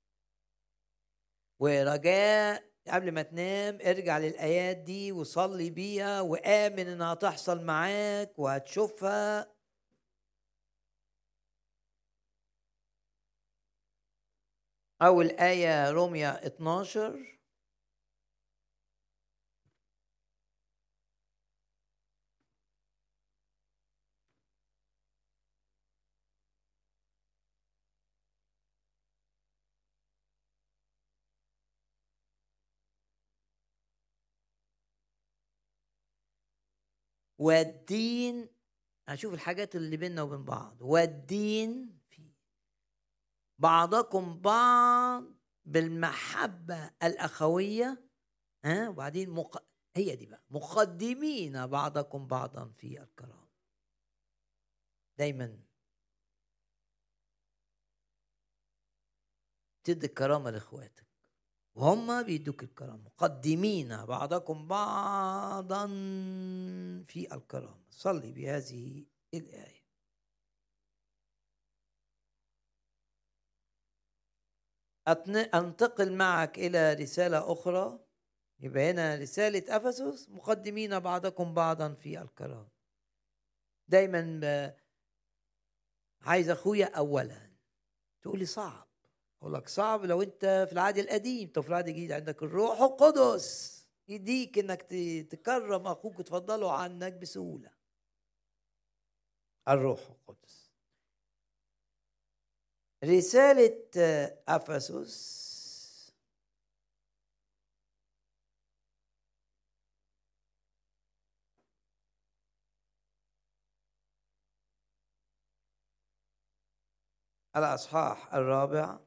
ورجاء قبل ما تنام ارجع للايات دي وصلي بيها، وامن انها هتحصل معاك وهتشوفها. أول آية روميا 12. والدين، هشوف الحاجات اللي بيننا وبين بعض. والدين في بعضكم بعض بالمحبة الأخوية. وبعدين هي دي بقى، مقدمين بعضكم بعضا في الكرامة. دايما تدي الكرامة لإخواتك وهم بيدوك الكرامة. مقدمين بعضكم بعضا في الكرامة. صلي بهذه الآية. أنتقل معك إلى رسالة أخرى. يبقى هنا رسالة أفسس، مقدمين بعضكم بعضا في الكرامة. دايما عايز أخويا أولا. تقولي صعب. أقول لك صعب لو أنت في العهد القديم. طب في العهد الجديد عندك الروح القدس يديك إنك تكرم أخوك وتفضله عنك بسهولة. الروح القدس. رسالة أفسس الأصحاح 4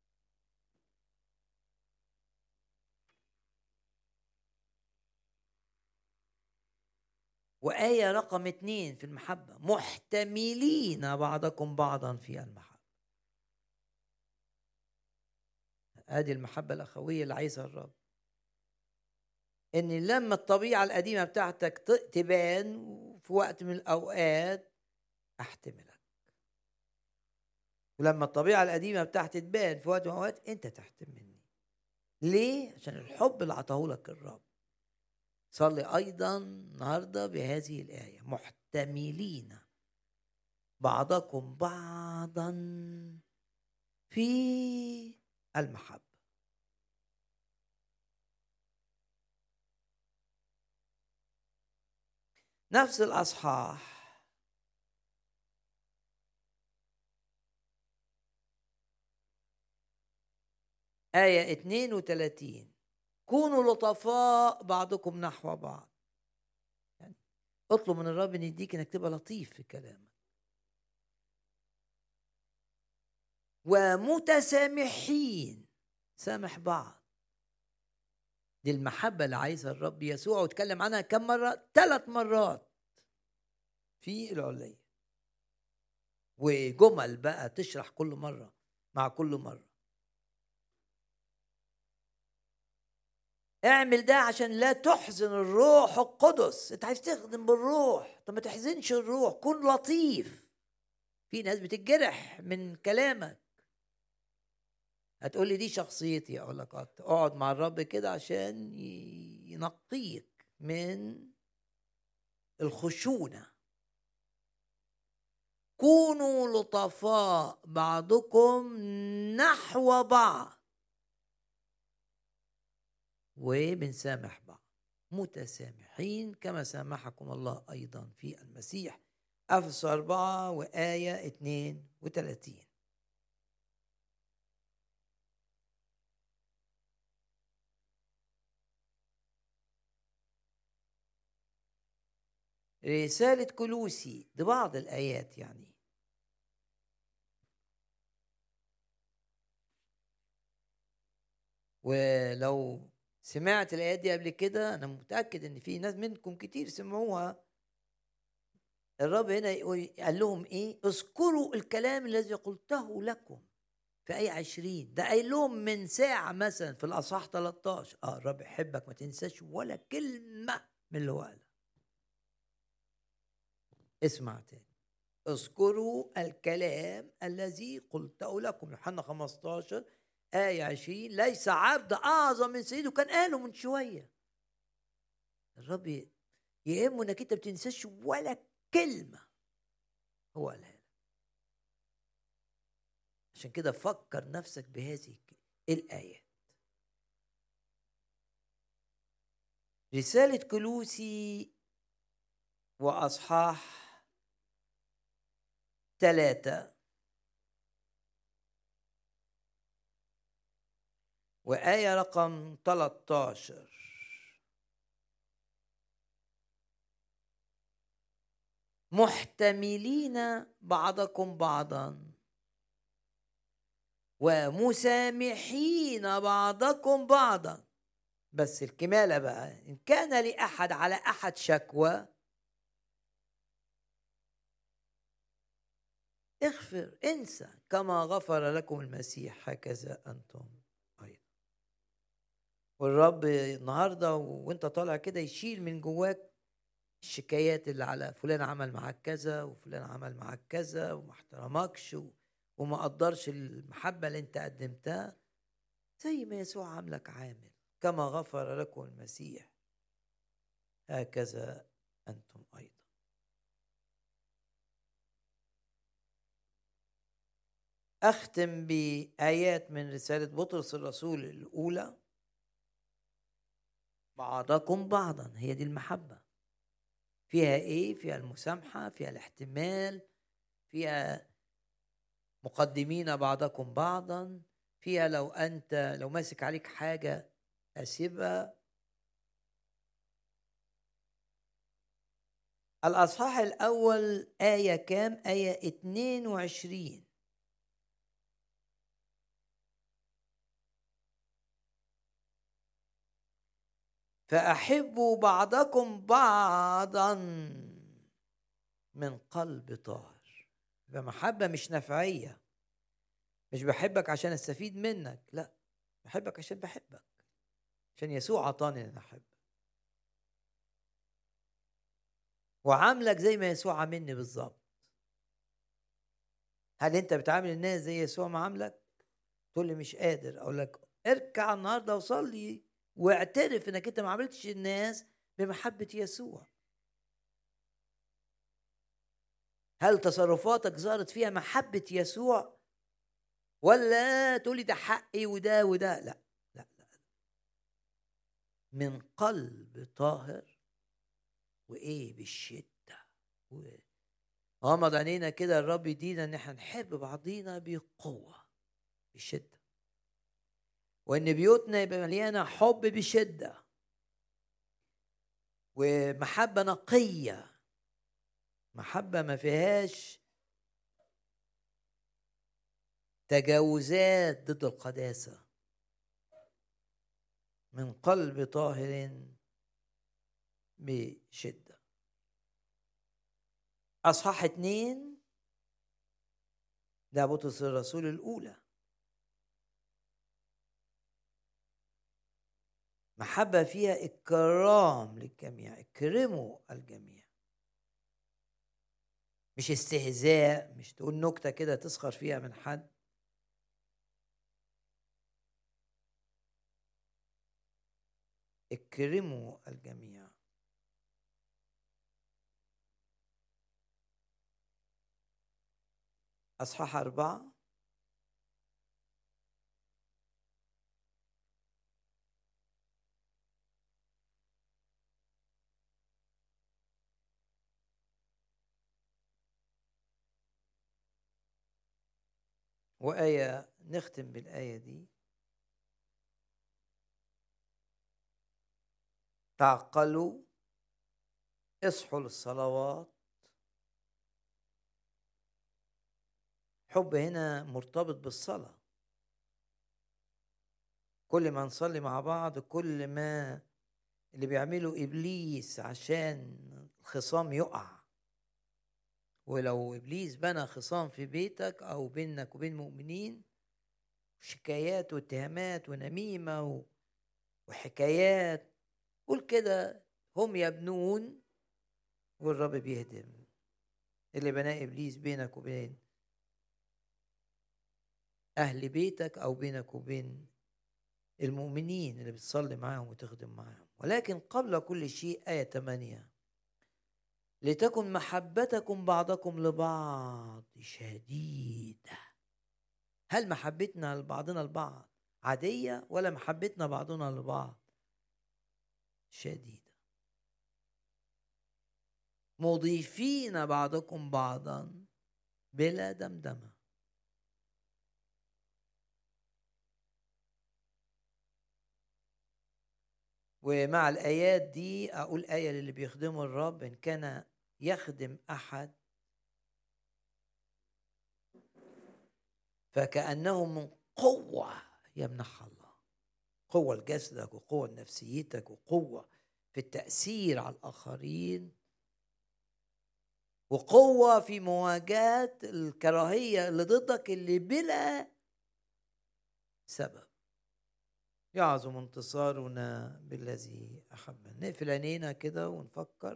وآية رقم 2 في المحبة. محتملين بعضكم بعضا في المحبة. هذه المحبة الأخوية اللي عايزها الرب. إن لما الطبيعة القديمة بتاعتك تبان في وقت من الأوقات أحتملك، ولما الطبيعة القديمة بتاعتي تبان في وقت من الأوقات أنت تحتملني. ليه؟ عشان الحب اللي عطاهولك الرب. صلي أيضا النهاردة بهذه الآية. محتملين بعضكم بعضا في المحبة. نفس الأصحاح آية 32. كونوا لطفاء بعضكم نحو بعض. يعني اطلب من الرب ان يديك انك تبقى لطيف في كلامك. ومتسامحين. سامح بعض. دي المحبة اللي عايزها الرب يسوع، واتكلم عنها كم مرة؟ 3 مرات في العلية. وجمل بقى تشرح كل مرة مع كل مرة. اعمل ده عشان لا تحزن الروح القدس. انت عايز تخدم بالروح، طب ما تحزنش الروح. كن لطيف. في ناس بتتجرح من كلامك. هتقولي دي شخصيتي. اقول لك اقعد مع الرب كده عشان ينقيك من الخشونة. كونوا لطفاء بعضكم نحو بعض وبنسامح بعض. متسامحين كما سامحكم الله أيضا في المسيح. أفسس 4 وآية 32. رسالة كلوسي، دي بعض الآيات يعني. ولو سمعت الآيات دي قبل كده، أنا متأكد إن في ناس منكم كتير سمعوها. الرب هنا قال لهم إيه؟ اذكروا الكلام الذي قلته لكم في آية 20. ده قايل لهم من ساعة مثلا في الأصحاح 13. الرب يحبك، ما تنساش ولا كلمة من اللي هو قالها. اسمع تاني. اذكروا الكلام الذي قلته لكم. يوحنا 15 آية 20. ليس عبد أعظم من سيده. كان قاله من شوية. الرب يهمه انك انت بتنساش ولا كلمة هو قالها. عشان كده فكر نفسك بهذه الآيات. رسالة كلوسي وأصحاح 3 وآية رقم 13: محتملين بعضكم بعضا ومسامحين بعضكم بعضا. بس الكمالة بقى: إن كان لأحد على أحد شكوى اغفر، انسى، كما غفر لكم المسيح هكذا أنتم أيضا. والرب النهاردة وانت طالع كده يشيل من جواك الشكايات اللي على فلان عمل معاك كذا وفلان عمل معاك كذا وما احترمكش وما قدرش المحبة اللي انت قدمتها، زي ما يسوع عاملك عامل. كما غفر لكم المسيح هكذا أنتم أيضا. أختم بآيات من رسالة بطرس الرسول الأولى: بعضكم بعضا. هي دي المحبة. فيها إيه؟ فيها المسامحة، فيها الاحتمال، فيها مقدمين بعضكم بعضا، فيها لو ماسك عليك حاجة أسيبها. الأصحاح الأول آية كام؟ آية 22: فأحبوا بعضكم بعضا من قلب طاهر. فمحبة مش نفعية، مش بحبك عشان استفيد منك، لا، بحبك عشان بحبك، عشان يسوع عطاني ان احبك، وعاملك زي ما يسوع عاملني بالظبط. هل انت بتعامل الناس زي يسوع ما عاملك؟ تقول لي مش قادر. اقول لك اركع النهارده وصلي واعترف انك انت ما عاملتش الناس بمحبة يسوع. هل تصرفاتك ظهرت فيها محبة يسوع، ولا تقولي ده حقي وده وده؟ لا لا لا. من قلب طاهر وايه بالشدة. غمض عينينا كده، الرب يدينا ان احنا نحب بعضينا بقوة بشدة، وان بيوتنا يبقى مليانة حب بشدة ومحبة نقية، محبة ما فيهاش تجاوزات ضد القداسة. من قلب طاهر بشدة. أصحاح 2 ده بطرس الرسول الأولى. محبة فيها إكرام للجميع، اكرموا الجميع، مش استهزاء، مش تقول نكتة كده تسخر فيها من حد. اكرموا الجميع. أصحاح 4 وآية نختم بالآية دي: تعقلوا، اصحوا للصلوات. حب هنا مرتبط بالصلاة. كل ما نصلي مع بعض، كل ما اللي بيعمله إبليس عشان الخصام يقع. ولو إبليس بنى خصام في بيتك أو بينك وبين مؤمنين، شكايات واتهامات ونميمة وحكايات، قول كده هم يبنون والرب بيهدم. اللي بناه إبليس بينك وبين أهل بيتك أو بينك وبين المؤمنين اللي بتصلي معاهم وتخدم معاهم. ولكن قبل كل شيء آية 8: لتكن محبتكم بعضكم لبعض شديدة. هل محبتنا لبعضنا البعض عادية ولا محبتنا بعضنا لبعض شديدة؟ مضيفين بعضكم بعضا بلا دمدمة. ومع الآيات دي أقول آية للي بيخدموا الرب: إن كان يخدم أحد فكأنه من قوة يمنحها الله، قوة لجسدك وقوة لنفسيتك وقوة في التأثير على الآخرين وقوة في مواجهة الكراهية اللي ضدك اللي بلا سبب. يعظم انتصارنا بالذي أحبنا. نقفل عينينا كده ونفكر.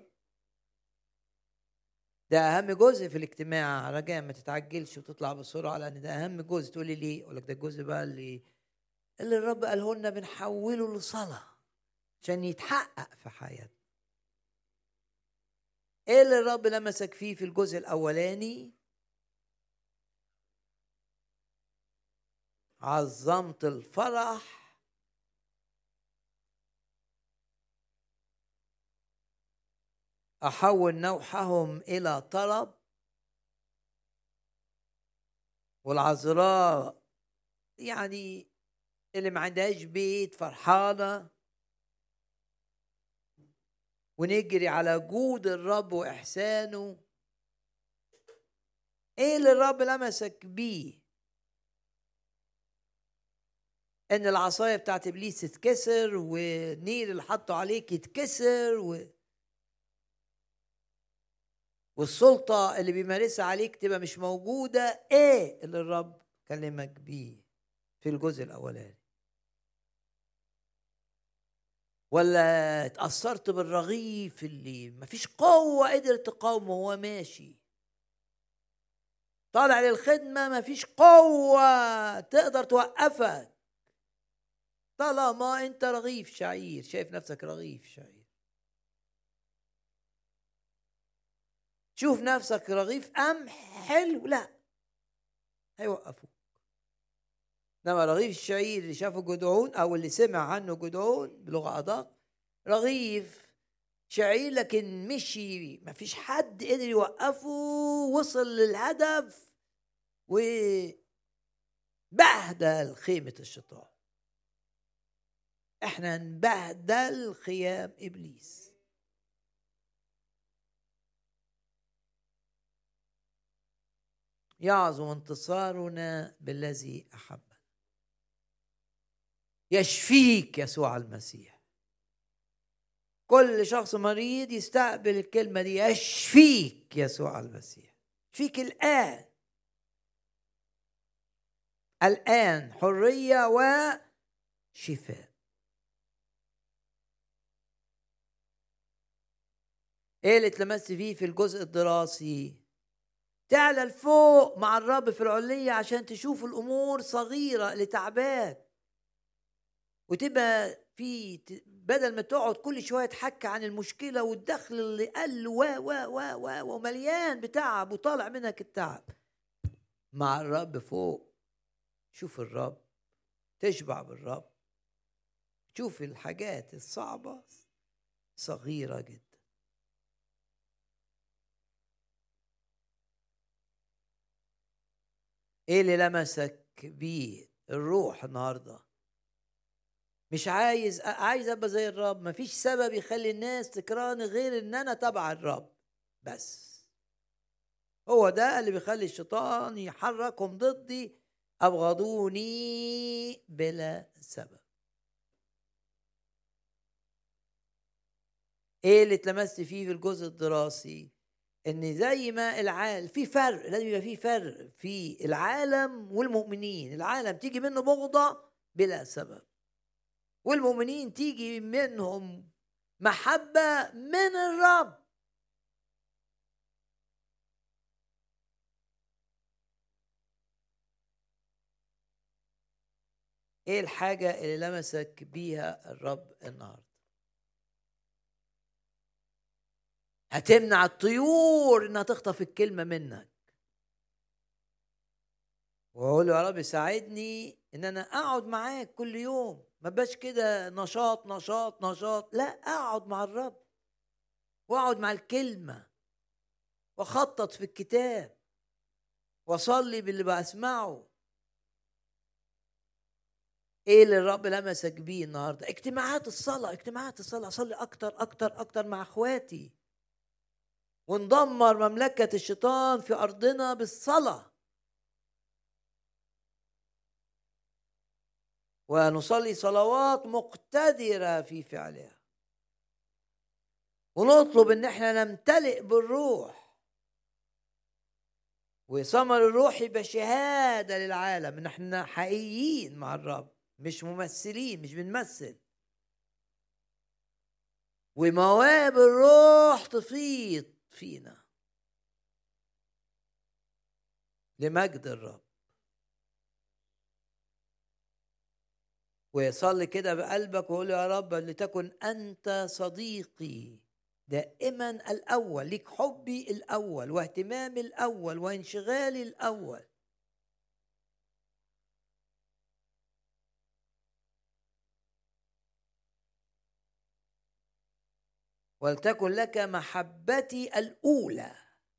ده أهم جزء في الاجتماع، رجاء ما تتعجلش وتطلع بسرعة، لأن ده أهم جزء. تقولي ليه؟ أقولك ده الجزء بقى اللي الرب قاله لنا بنحوله لصلاة عشان يتحقق في حياتنا. ايه اللي الرب لمسك فيه في الجزء الاولاني؟ عظمت الفرح احول نوحهم الى طرب، والعذراء يعني اللي ما عندهاش بيت فرحانه، ونجري على جود الرب واحسانه. ايه اللي الرب لمسك بيه؟ ان العصايه بتاعت ابليس تتكسر، والنير اللي حطه عليك يتكسر، والسلطه اللي بيمارسها عليك تبقى مش موجوده. ايه اللي الرب كلمك بيه في الجزء الاولاني؟ ولا اتأثرت بالرغيف اللي مفيش قوة قدرت تقاومه وهو ماشي طالع للخدمة؟ مفيش قوة تقدر توقفك طالما انت رغيف شعير، شايف نفسك رغيف شعير. شوف نفسك رغيف قمح حلو، لا هيوقفوك. انما رغيف الشعير اللي شافه جدعون او اللي سمع عنه جدعون بلغة ادق، رغيف شعير لكن مشي مفيش حد قدر يوقفه، وصل للهدف وبهدل خيمة الشيطان. احنا نبهدل خيام ابليس. يعظم انتصارنا بالذي احبنا. يشفيك يسوع المسيح. كل شخص مريض يستقبل الكلمة دي: يشفيك يسوع المسيح. يشفيك الآن، الآن حرية وشفاء. ايه اللي اتلمست فيه في الجزء الدراسي؟ تعلى لفوق مع الرب في العلية عشان تشوف الأمور صغيرة اللي تعباك، وتبقى في بدل ما تقعد كل شوية تحكي عن المشكلة والدخل اللي قل ومليان بتعب وطالع منك التعب. مع الرب فوق شوف الرب، تشبع بالرب، تشوف الحاجات الصعبة صغيرة جدا. ايه اللي لمسك بيه الروح النهارده؟ مش عايز ابقى زي الرب. مفيش سبب يخلي الناس تكرهني غير ان انا تبع الرب بس. هو ده اللي بيخلي الشيطان يحركهم ضدي، ابغضوني بلا سبب. ايه اللي اتلمست فيه في الجزء الدراسي؟ ان زي ما العالم في فرق، لازم يبقى في فرق في العالم والمؤمنين. العالم تيجي منه بغضة بلا سبب، والمؤمنين تيجي منهم محبة من الرب. ايه الحاجة اللي لمسك بيها الرب النهاردة؟ هتمنع الطيور انها تخطف الكلمة منك، واقول له يا رب ساعدني ان انا اقعد معاك كل يوم، ما بقاش كده نشاط نشاط نشاط، لا، اقعد مع الرب واقعد مع الكلمة واخطط في الكتاب واصلي باللي بسمعه. ايه اللي الرب لمسك بيه النهارده؟ اجتماعات الصلاة، اجتماعات الصلاة، اصلي اكتر اكتر اكتر مع اخواتي وندمر مملكة الشيطان في ارضنا بالصلاة، ونصلي صلوات مقتدرة في فعلها، ونطلب ان احنا نمتلئ بالروح، وثمر الروح يبقى شهادة للعالم ان احنا حقيقيين مع الرب، مش ممثلين، مش بنمثل. ومواهب الروح تفيض فينا لمجد الرب. ويصلي كده بقلبك ويقول يا رب لتكن أنت صديقي دائما الأول، ليك حبي الأول واهتمامي الأول وانشغالي الأول. ولتكن لك محبتي الأولى،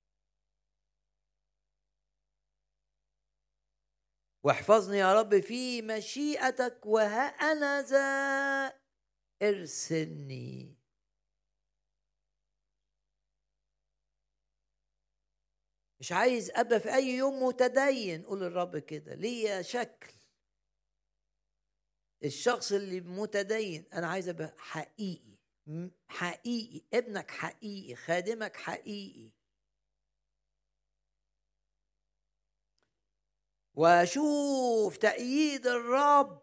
واحفظني يا رب في مشيئتك، وها أنا ذا ارسلني. مش عايز أبقى في أي يوم متدين، قول الرب كده، ليا شكل الشخص اللي متدين، أنا عايز أبقى حقيقي، حقيقي، ابنك حقيقي، خادمك حقيقي، وأشوف تأييد الرب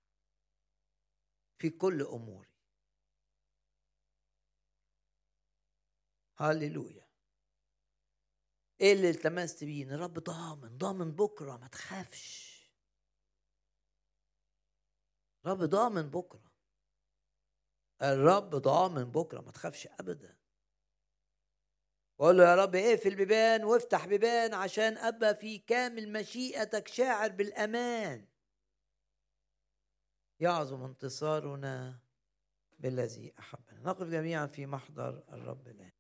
في كل أموري. هاليلويا. ايه اللي التمست بيه؟ ان الرب ضامن بكره، ما تخافش، الرب ضامن بكره، الرب ضامن بكره، ما تخافش ابدا. وقول له يا رب اقفل بيبان وافتح بيبان عشان ابقى في كامل مشيئتك، شاعر بالامان. يعظم انتصارنا بالذي احبنا. نقف جميعا في محضر الرب الان.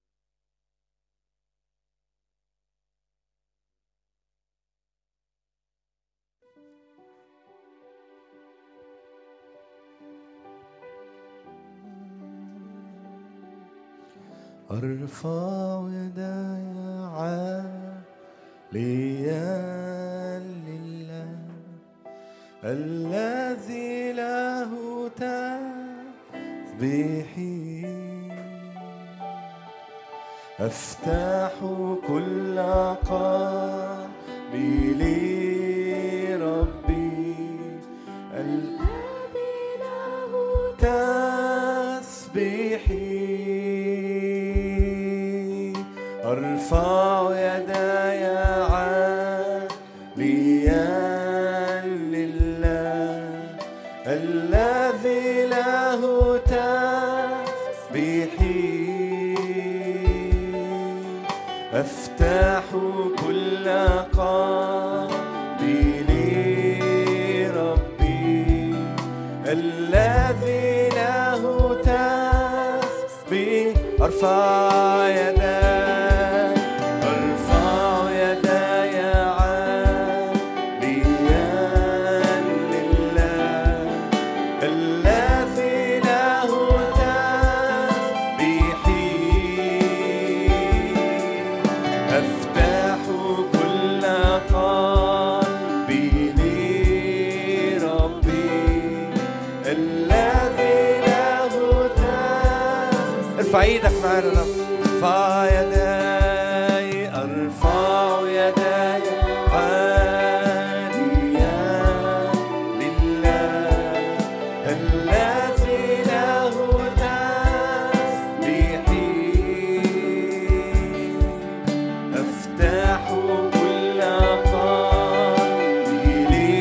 أرفع يداي عاليا لله الذي له تسبيحي، أفتح كل قلبي لربي الذي له تسبيحي. أرفع يداي عاليا لله الذي له تسبيحي، أفتح كل قلبي لربي الذي له تسبيح. أرفع يداي ارفع ايدك معانا رب. ارفع يداي، ارفع يداي عاليا لله الذي له تسبيحي، افتح كل قلبي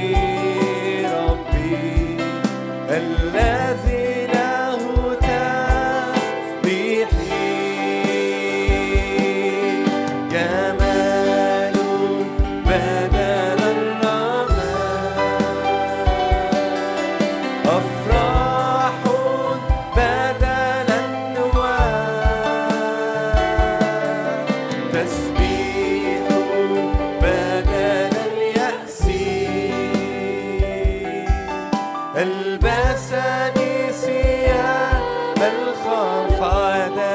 لربي الذي له تسبيحي، ألبسني ثياب الخفاضة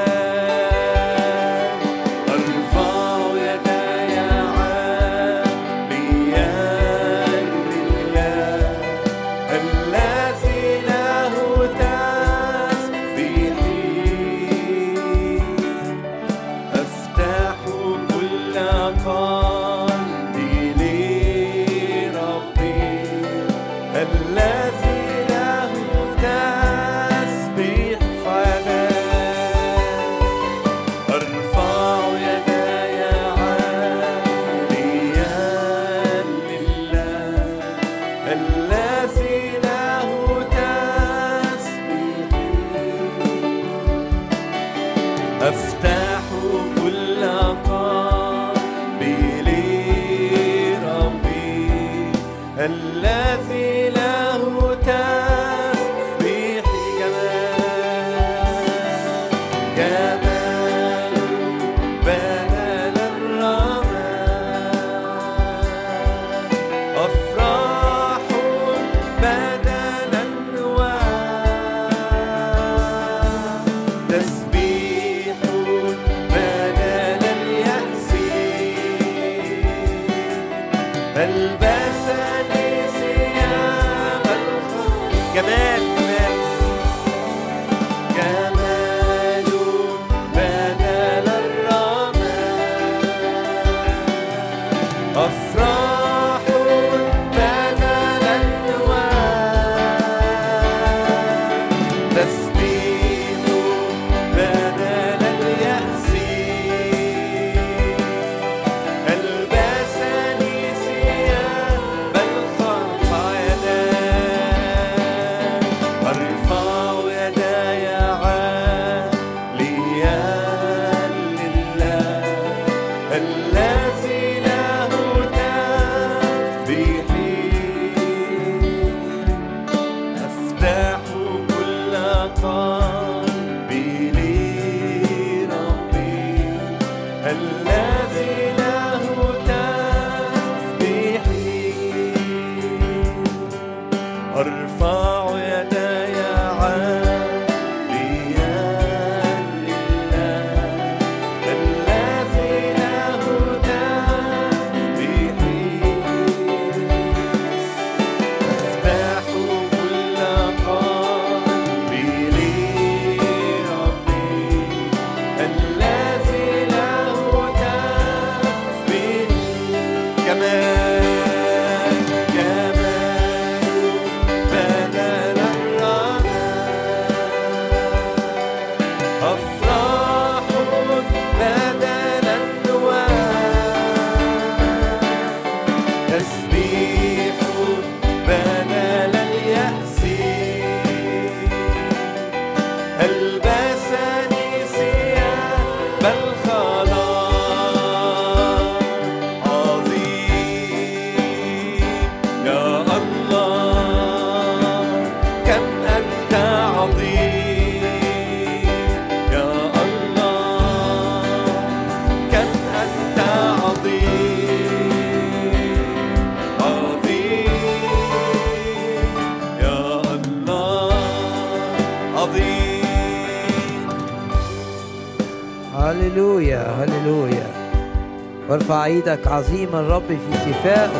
وارفع ايدك. عظيم الرب في شفائه،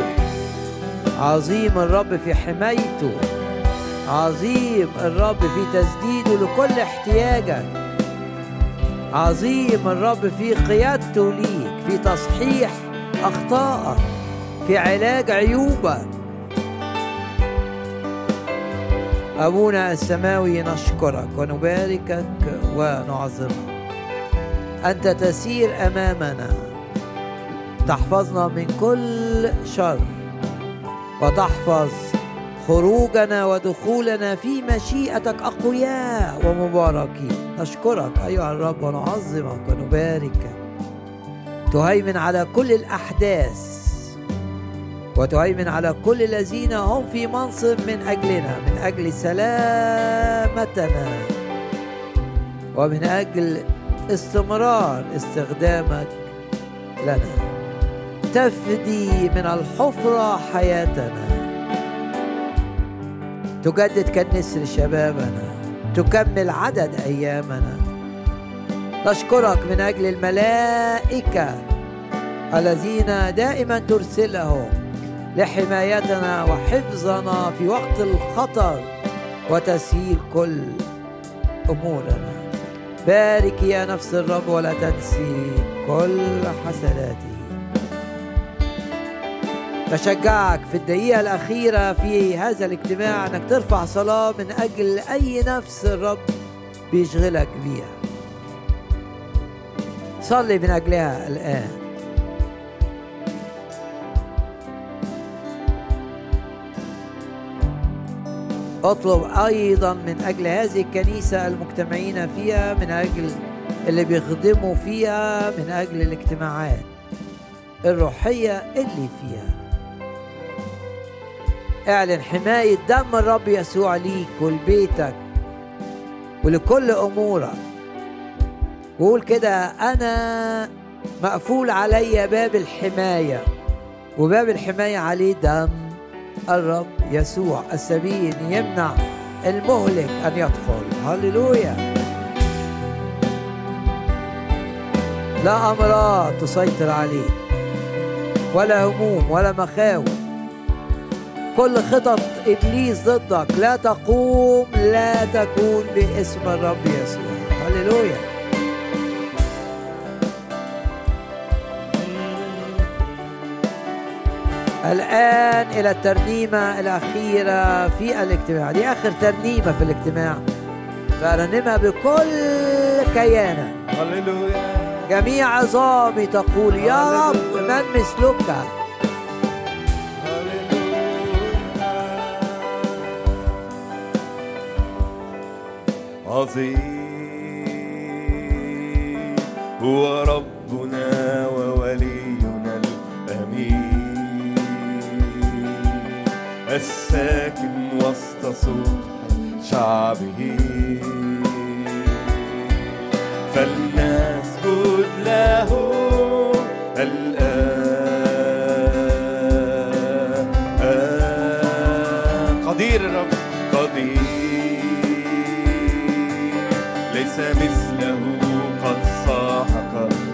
عظيم الرب في حمايته، عظيم الرب في تسديده لكل احتياجك، عظيم الرب في قيادته ليك، في تصحيح اخطائك، في علاج عيوبك. أبونا السماوي نشكرك ونباركك ونعظمك. أنت تسير أمامنا، تحفظنا من كل شر، وتحفظ خروجنا ودخولنا في مشيئتك أقوياء ومباركين. نشكرك أيها الرب ونعظمك ونباركك. تهيمن على كل الأحداث، وتهيمن على كل الذين هم في منصب من أجلنا، من أجل سلامتنا ومن أجل استمرار استخدامك لنا. تفدي من الحفرة حياتنا، تجدد كالنسر شبابنا، تكمل عدد أيامنا. نشكرك من أجل الملائكة الذين دائما ترسلهم لحمايتنا وحفظنا في وقت الخطر وتسهيل كل أمورنا. بارك يا نفس الرب ولا تنسي كل حسناته. بشجعك في الدقيقة الأخيرة في هذا الاجتماع أنك ترفع صلاة من أجل أي نفس الرب بيشغلك بيها. صلي من أجلها الآن. اطلب أيضا من أجل هذه الكنيسة المجتمعين فيها، من أجل اللي بيخدموا فيها، من أجل الاجتماعات الروحية اللي فيها. اعلن حماية دم الرب يسوع ليك ولبيتك ولكل أمورك. وقول كده: أنا مقفول علي باب الحماية، وباب الحماية عليه دم الرب يسوع السبيل يمنع المهلك أن يدخل. هللويا. لا أمراض تسيطر عليك، ولا هموم ولا مخاوف. كل خطط إبليس ضدك لا تقوم، لا تكون باسم الرب يسوع. هللويا. الآن إلى الترنيمة الأخيرة في الاجتماع. دي آخر ترنيمة في الاجتماع، فرنمها بكل كيانك. هللويا. جميع عظامي تقول يا رب من مثلك. عظيم هو ربنا وولينا الأمين، الساكن وسط صوت شعبه، فلنسجد له الآن. قدير الرب، قدير ليس مثله، قد سحق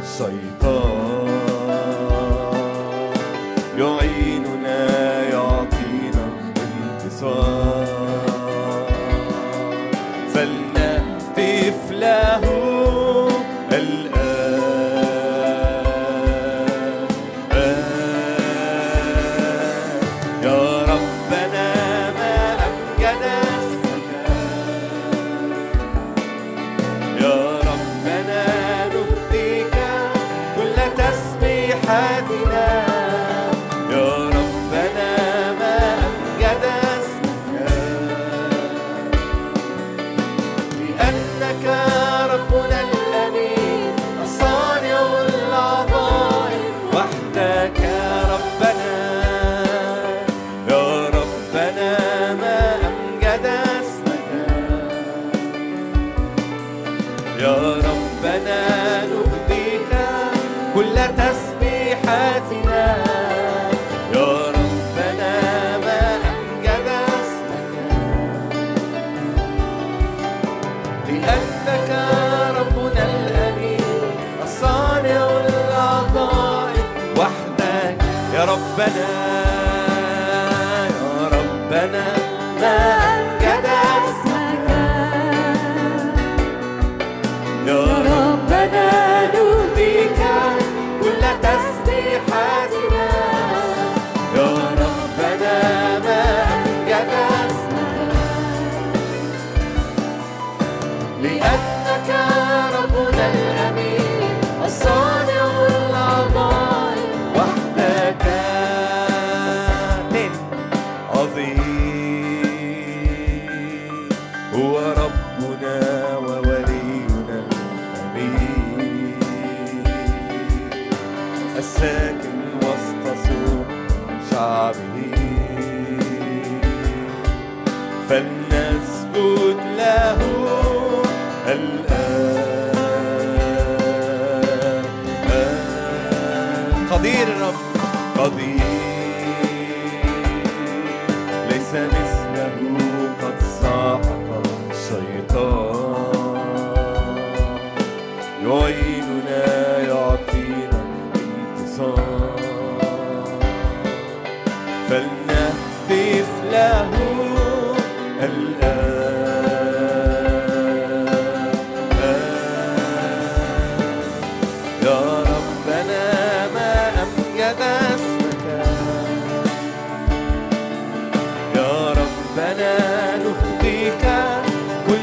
الشيطان، يعيننا يعطينا انتصار، فلنهتف له ربنا، يا ربنا ما أمجد اسمك، يا ربنا نهديك كل تسبيحاتنا، يا ربنا ما أمجد اسمك، لأنك ربنا الأمين الصانع العظيم وحدك. هو ربنا وولينا الأمين، الساكن وسط صوت شعبه، فلنسجد له الآن. قدير الرب، قدير ليس مثله، قد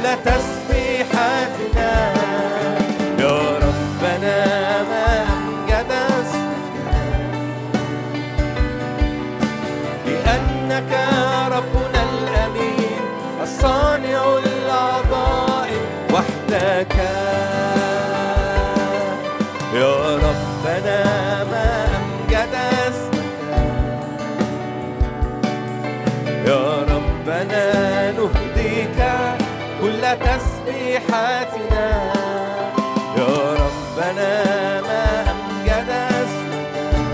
تسبيحاتنا. يا ربنا ما أمجد اسمك، لأنك ربنا الأمين الصانع العظائم وحدك. يا ربنا ما أمجد اسمك، يا ربنا نهديك كل تسبيحاتنا. يا ربنا ما أمجد اسمك،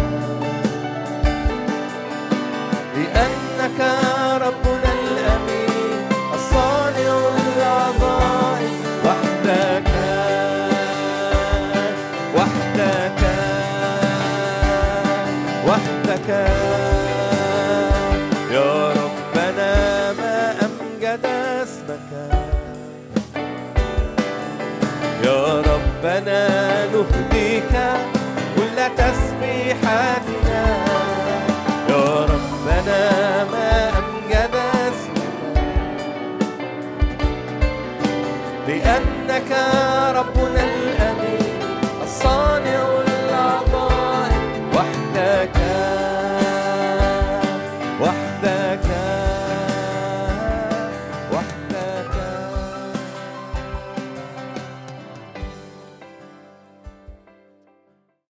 لأنك ربنا الأمين الصانع العظائم وحدك وحدك وحدك. يا ربنا ما أمجد اسمك، يا ربنا نهديك كل تسبيحاتنا. يا ربنا ما أمجد اسمك، لأنك ربنا